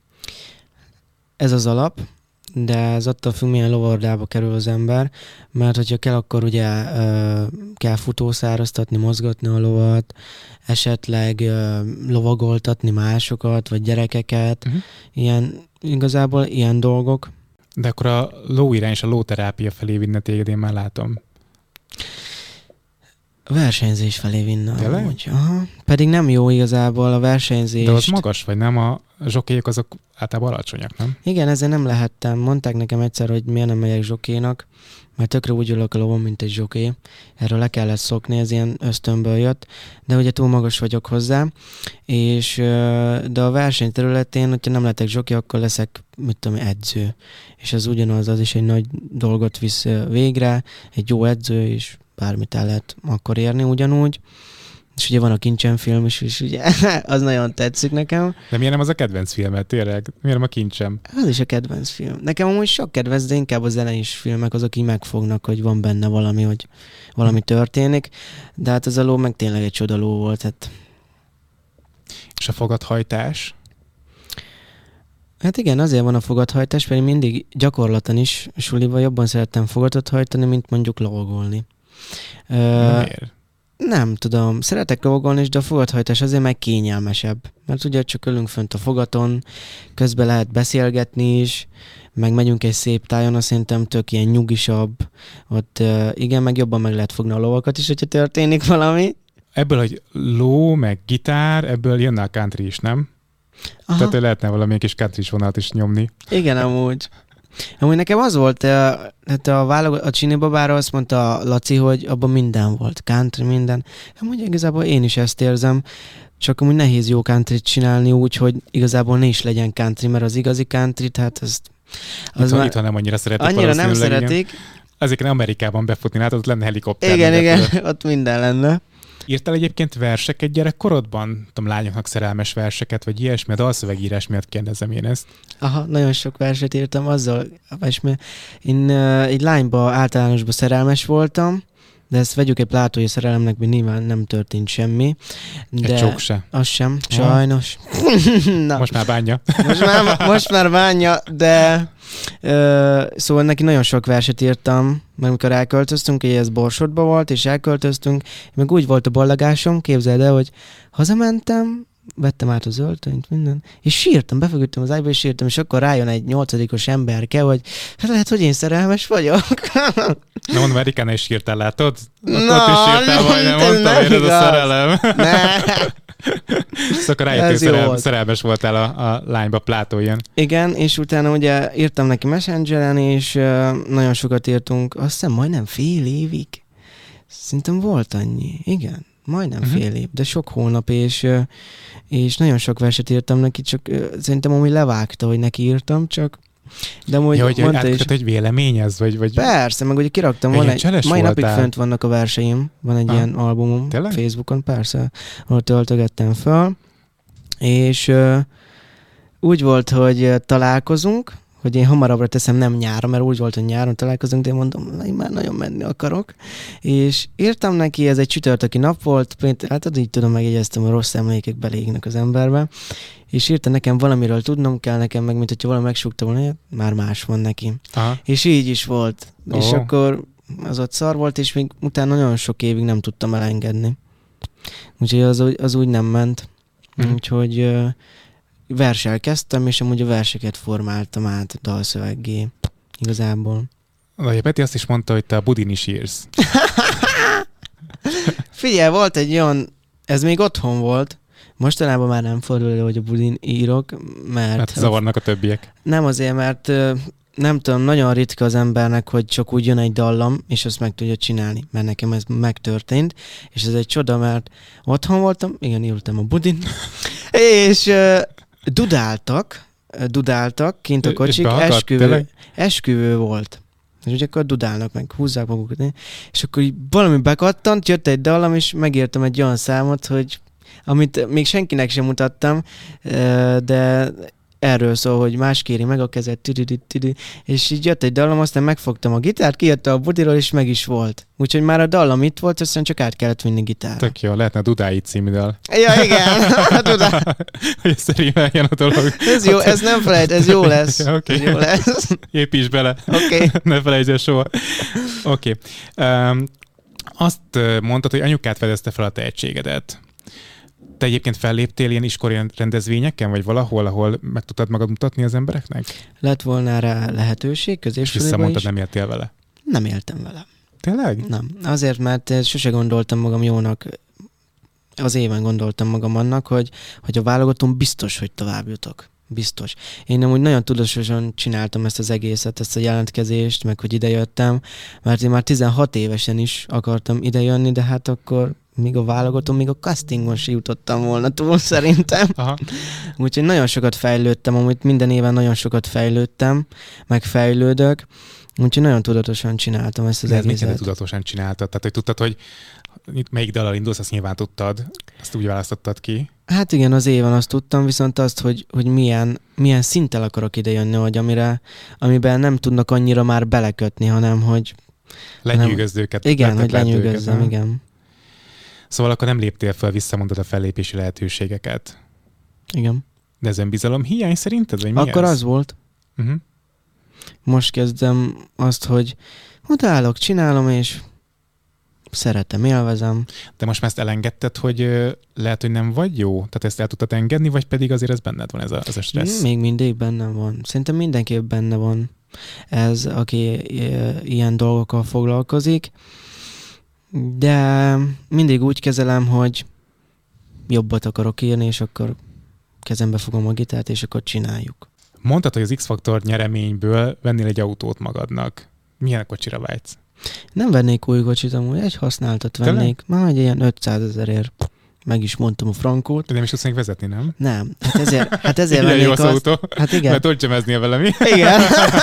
S2: Ez az alap, de ez attól függ, milyen lovardába kerül az ember, mert hogyha kell, akkor ugye kell futószáraztatni, mozgatni a lovat, esetleg lovagoltatni másokat, vagy gyerekeket, igazából ilyen dolgok.
S1: De akkor a lóirány és a lóterápia felé vinne téged, én már látom.
S2: Versenyzés felé vinne.
S1: Tényleg?
S2: Amúgy. Aha. Pedig nem jó igazából a versenyzést.
S1: De az magas vagy, nem? A zsokélyek azok általában alacsonyak, nem?
S2: Igen, ezzel nem lehettem. Mondták nekem egyszer, hogy miért nem megyek zsokénak, mert tökre úgy ülök a lovon, mint egy zsoké. Erről le kellett szokni, ez ilyen ösztönből jött, de ugye túl magas vagyok hozzá, és de a verseny területén, hogyha nem lehetek zsoké, akkor leszek, mit tudom, edző. És ez ugyanaz, az is egy nagy dolgot visz végre, egy jó edző, és bármit el lehet akkor érni ugyanúgy. És ugye van a Kincsen film is, és ugye az nagyon tetszik nekem.
S1: De miért nem az a kedvenc filmet, tényleg? Miért nem a Kincsem?
S2: Az is a kedvenc film. Nekem amúgy sok kedvenc, de inkább a zenés filmek azok így megfognak, hogy van benne valami, hogy valami történik. De hát az a ló meg tényleg egy csodaló volt. Hát.
S1: És a fogathajtás?
S2: Hát igen, azért van a fogathajtás, pedig mindig gyakorlaton is suliban jobban szerettem fogatot hajtani, mint mondjuk lovagolni.
S1: Miért?
S2: Nem tudom, szeretek lovagolni is, de a fogathajtás azért meg kényelmesebb. Mert ugye csak ülünk fönt a fogaton, közben lehet beszélgetni is, meg megyünk egy szép tájon, azt szerintem tök ilyen nyugisabb. Ott igen, meg jobban meg lehet fogni a lovakat is, hogyha történik valami.
S1: Ebből, hogy ló, meg gitár, ebből jönne a country is, nem?
S2: Aha.
S1: Tehát, hogy lehetne valami kis country vonalat is nyomni.
S2: Igen, amúgy. Amúgy nekem az volt, hát a Csini babára azt mondta Laci, hogy abban minden volt, country, minden. Amúgy igazából én is ezt érzem, csak amúgy nehéz jó countryt csinálni úgy, hogy igazából ne is legyen country, mert az igazi country, hát ezt...
S1: Itthon nem annyira szeretik.
S2: Annyira nem szeretik.
S1: Igen. Azért Amerikában befutni, hát ott lenne helikopter.
S2: Igen, ott minden lenne.
S1: Írtál egyébként verseket gyerekkorodban? Tudom, lányoknak szerelmes verseket, vagy ilyesmi? A dalszövegírás miatt kérdezem én ezt.
S2: Aha, nagyon sok verset írtam azzal. Én egy lányba általánosban szerelmes voltam, de ezt vegyük egy plátói szerelemnek, hogy nyilván nem történt semmi. De
S1: egy csók se.
S2: Az sem, sajnos.
S1: Na. Most már bánja.
S2: Most már bánja, de szóval neki nagyon sok verset írtam, mert amikor elköltöztünk, ugye ez Borsodba volt, és elköltöztünk, meg úgy volt a ballagásom, képzeld el, hogy hazamentem, vettem át az öltönyt, minden, és sírtam, befeküdtem az ágyba, és sírtam, és akkor rájön egy 8-os emberke, hogy hát lehet, hogy én szerelmes vagyok.
S1: Na mondom, Erikánál is sírtál, látod? Ott is sírtál majdnem, mondtam, hogy ez a szerelem. Szóval rájöttél, szerelmes voltál a lányba plátóján.
S2: Igen, és utána ugye írtam neki Messengeren, és nagyon sokat írtunk, azt hiszem majdnem fél évig. Szerintem volt annyi, igen. Majdnem fél év, de sok hónap, és nagyon sok verset írtam neki, csak szerintem ami levágta, hogy neki írtam, csak de amúgy
S1: hogy átkötött egy véleményez, vagy...
S2: Persze, meg ugye kiraktam, mai napig fönt vannak a verseim, van egy ilyen albumom Facebookon, persze, ahol töltögettem fel, és úgy volt, hogy találkozunk, hogy én hamarabbra teszem, nem nyáron, mert úgy volt, hogy nyáron találkozunk, de én mondom, én már nagyon menni akarok. És írtam neki, ez egy csütörtöki nap volt, hát így tudom, megjegyeztem, a rossz emlékek belégnek az emberbe, és írta nekem valamiről tudnom kell nekem, meg mint hogyha valami megsúgta volna, már más van neki.
S1: Aha.
S2: És így is volt. És akkor az ott szar volt, és még utána nagyon sok évig nem tudtam elengedni. Úgyhogy az úgy nem ment. Úgyhogy... versel kezdtem, és amúgy a verseket formáltam át dalszöveggé. Igazából.
S1: A Peti azt is mondta, hogy te a budin is írsz.
S2: Figyelj, volt egy olyan, ez még otthon volt, mostanában már nem fordul elő, hogy a budin írok, mert...
S1: zavarnak a többiek.
S2: Nem azért, mert nem tudom, nagyon ritka az embernek, hogy csak úgy jön egy dallam, és azt meg tudja csinálni, mert nekem ez megtörtént, és ez egy csoda, mert otthon voltam, igen, írtam a budin, és... Dudáltak kint a kocsik, esküvő volt. És ugye akkor dudálnak meg, húzzák magukat. És akkor így valami bekattant, jött egy dallam, és megírtam egy olyan számot, hogy amit még senkinek sem mutattam, de erről szól, hogy más kéri meg a kezet, és így jött egy dallam, aztán megfogtam a gitárt, kijött a budiról, és meg is volt. Úgyhogy már a dallam itt volt, aztán csak át kellett vinni gitárra.
S1: Tök jó, lehetne a Dudái című dal.
S2: Ja, igen, a Dudá.
S1: Hogy összerímeljen a dolog.
S2: Ez jó, ez nem felejt, ez jó lesz.
S1: Ja, okay.
S2: Ez jó lesz.
S1: Építs bele.
S2: Okay.
S1: Ne felejtsd el soha. Oké. Azt mondtad, hogy anyukát fedezte fel a tehetségedet. Te egyébként felléptél ilyen iskolai rendezvényeken, vagy valahol, ahol meg tudtad magad mutatni az embereknek?
S2: Lett volna rá lehetőség, középsuliban is.
S1: Visszamondtad, nem éltél vele?
S2: Nem éltem vele.
S1: Tényleg?
S2: Nem. Azért, mert sose gondoltam magam jónak, az éven gondoltam magam annak, hogy a válogatón biztos, hogy tovább jutok. Biztos. Én nem úgy nagyon tudatosan csináltam ezt az egészet, ezt a jelentkezést, meg hogy idejöttem, mert én már 16 évesen is akartam idejönni, de hát akkor még a válogatón, még a castingon se jutottam volna túl szerintem. Aha. Úgyhogy nagyon sokat fejlődtem, amúgy minden éven nagyon sokat fejlődtem, meg fejlődök, úgyhogy nagyon tudatosan csináltam ezt az egészet.
S1: Mit tudatosan csináltad? Tehát, hogy tudtad, hogy melyik dallal indulsz, azt nyilván tudtad, azt úgy választottad ki?
S2: Hát igen, az éven azt tudtam, viszont azt, hogy milyen szinttel akarok idejönni, hogy amiben nem tudnak annyira már belekötni, hanem hogy...
S1: Lenyűgözd őket.
S2: Igen, hogy lenyűgözzem, igen.
S1: Szóval akkor nem léptél fel, visszamondod a fellépési lehetőségeket.
S2: Igen.
S1: De ez önbizalom hiány szerinted, vagy mi
S2: akkor
S1: ez?
S2: Az volt. Uh-huh. Most kezdem azt, hogy odaállok, csinálom, és szeretem, élvezem.
S1: De most már ezt elengedted, hogy lehet, hogy nem vagy jó? Tehát ezt el tudtad engedni, vagy pedig azért ez benned van, ez a stressz?
S2: Még mindig benne van. Szerintem mindenképp benne van ez, aki ilyen dolgokkal foglalkozik. De mindig úgy kezelem, hogy jobbat akarok írni, és akkor kezembe fogom a gitárt, és akkor csináljuk.
S1: Mondtad, hogy az X-Faktor nyereményből vennél egy autót magadnak. Milyen kocsira vágysz?
S2: Nem vennék új kocsit, amúgy egy használtat vennék. Már egy ilyen 500 000-ért. Meg is mondtam a frankót.
S1: De nem is tudsz még vezetni, nem?
S2: Nem. Hát ezért vennék
S1: jó az autó.
S2: Hát igen.
S1: Mert hogy csemeznél vele, mi?
S2: Igen.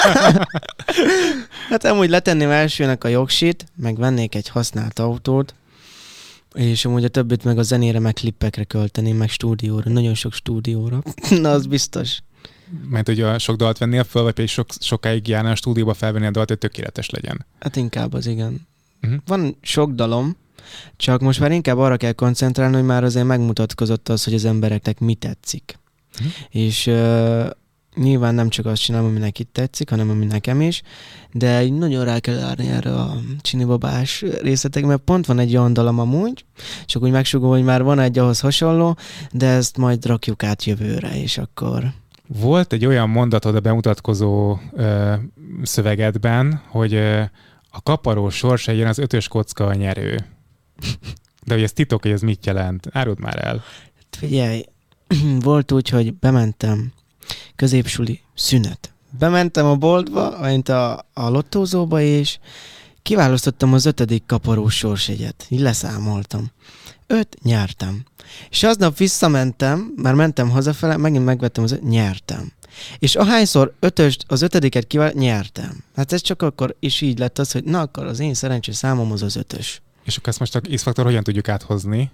S2: Hát amúgy letenném elsőnek a jogsit, meg vennék egy használt autót, és amúgy a többit meg a zenére, meg klippekre költeném, meg stúdióra. Nagyon sok stúdióra. Na, az biztos.
S1: Mert hogy a sok dalt vennél föl, vagy pedig sokáig járnál a stúdióba felvenni a dalt, hogy tökéletes legyen.
S2: Hát inkább az, igen. Uh-huh. Van sok dalom, csak most már inkább arra kell koncentrálni, hogy már azért megmutatkozott az, hogy az embereknek mi tetszik. Uh-huh. És nyilván nem csak azt csinálom, ami nekik tetszik, hanem ami nekem is, de nagyon rá kell állni erre a csinibabás részletek, mert pont van egy olyan dalom amúgy, csak úgy megsugom, hogy már van egy ahhoz hasonló, de ezt majd rakjuk át jövőre, és akkor...
S1: Volt egy olyan mondatod a bemutatkozó szövegedben, hogy a kaparó sorsa jön, az 5-ös kocka a nyerő. De hogy ez titok, hogy ez mit jelent? Áruld már el.
S2: Figyelj, volt úgy, hogy bementem középsuli szünet. Bementem a boltba, mint a lottózóba, és kiválasztottam az 5. kaparós sorsjegyet. Így leszámoltam. 5 nyertem. És aznap visszamentem, már mentem hazafele, megint megvettem nyertem. És ahányszor az 5-et nyertem. Hát ez csak akkor is így lett az, hogy na akkor az én szerencsés számom az 5-ös.
S1: És akkor ezt most a X-Faktor hogyan tudjuk áthozni?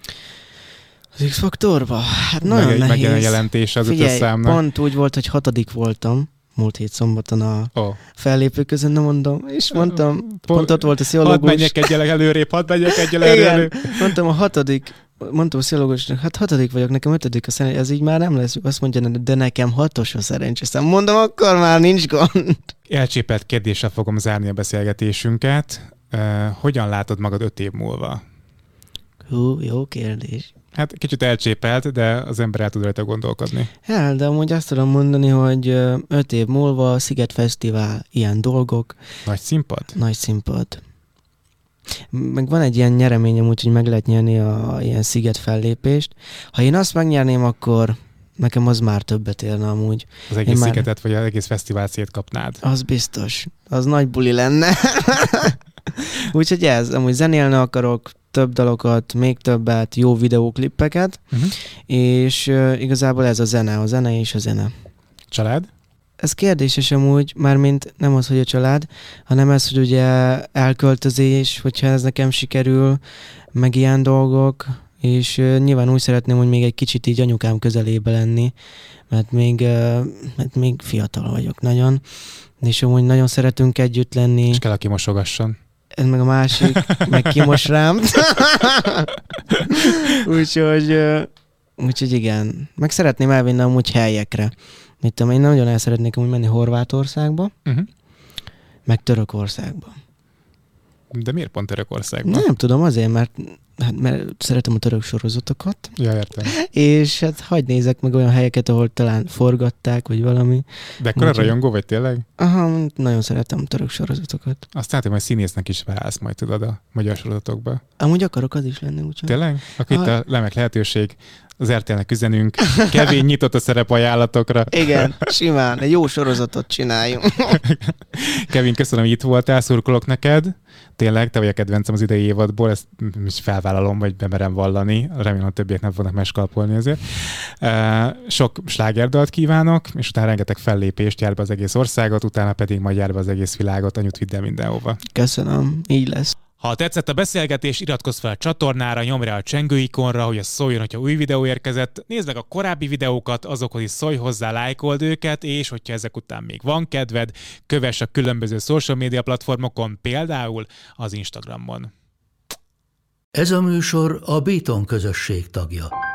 S2: Az X-Faktorba? Hát nagyon nehéz.
S1: Megjelen a jelentése az 5-ös számnak.
S2: Pont úgy volt, hogy 6. voltam. Múlt hét szombaton a fellépő közön, nem mondom. És mondtam, pont ott volt a pszichológus.
S1: Hadd menjek előrébb.
S2: Mondtam mondtam a pszichológusnak, hát 6. vagyok, nekem 5. a szerencsés, ez így már nem lesz. Azt mondja, de nekem 6-os a szerencsés. Mondom, akkor már nincs gond.
S1: Elcsépelt kérdéssel fogom zárni a beszélgetésünket. Hogyan látod magad 5 év múlva?
S2: Jó kérdés.
S1: Hát kicsit elcsépelt, de az ember el tud rajta gondolkodni.
S2: De amúgy azt tudom mondani, hogy 5 év múlva a Sziget Fesztivál, ilyen dolgok.
S1: Nagy színpad?
S2: Nagy színpad. Meg van egy ilyen nyereményem, úgyhogy meg lehet nyerni a ilyen Sziget fellépést. Ha én azt megnyerném, akkor nekem az már többet érne amúgy.
S1: Az egész Szigetet, vagy az egész fesztivált szétkapnád?
S2: Az biztos. Az nagy buli lenne. Úgyhogy amúgy zenélni akarok, több dalokat, még többet, jó videóklippeket, és igazából ez a zene és a zene.
S1: Család?
S2: Ez kérdéses amúgy, mármint nem az, hogy a család, hanem ez, hogy ugye elköltözés, hogyha ez nekem sikerül, meg ilyen dolgok, és nyilván úgy szeretném, hogy még egy kicsit így anyukám közelébe lenni, mert még fiatal vagyok nagyon, és amúgy nagyon szeretünk együtt lenni.
S1: És kell, aki mosogasson.
S2: Ez meg a másik, meg kimos rám. Úgyhogy igen. Meg szeretném elvinni amúgy helyekre. Mit tudom, én nagyon el szeretnék amúgy menni Horvátországba, meg Törökországba.
S1: De miért pont Törökországba?
S2: Nem tudom, azért, mert hát mert szeretem a török sorozatokat.
S1: Ja, értem.
S2: És hát hadd nézek meg olyan helyeket, ahol talán forgatták, vagy valami.
S1: De akkor a rajongó vagy tényleg?
S2: Aha, nagyon szeretem török sorozatokat.
S1: Azt hogy majd színésznek is válsz majd, tudod, a magyar sorozatokba.
S2: Amúgy akarok az is lenni, úgyhogy.
S1: Tényleg? Akkor itt a remek lehetőség. Az RTL-nek üzenünk. Kevin nyitott a szerepajánlatokra.
S2: Igen, simán. Egy jó sorozatot csináljunk.
S1: Kevin, köszönöm, hogy itt voltál, szurkolok neked. Tényleg, te vagy a kedvencem az idei évadból, ezt is felvállalom, vagy bemerem vallani. Remélem, a többiek nem fognak meskalpolni azért. Sok slágerdalt kívánok, és utána rengeteg fellépést jár be az egész országot, utána pedig majd jár be az egész világot, anyut vidd el mindenhova.
S2: Köszönöm, így lesz.
S1: Ha tetszett a beszélgetés, iratkozz fel a csatornára, nyomj rá a csengő ikonra, hogy az szóljon, hogyha új videó érkezett. Nézd meg a korábbi videókat, azokhoz is szólj hozzá, lájkold őket, és hogyha ezek után még van kedved, kövess a különböző social media platformokon, például az Instagramon.
S3: Ez a műsor a Béton közösség tagja.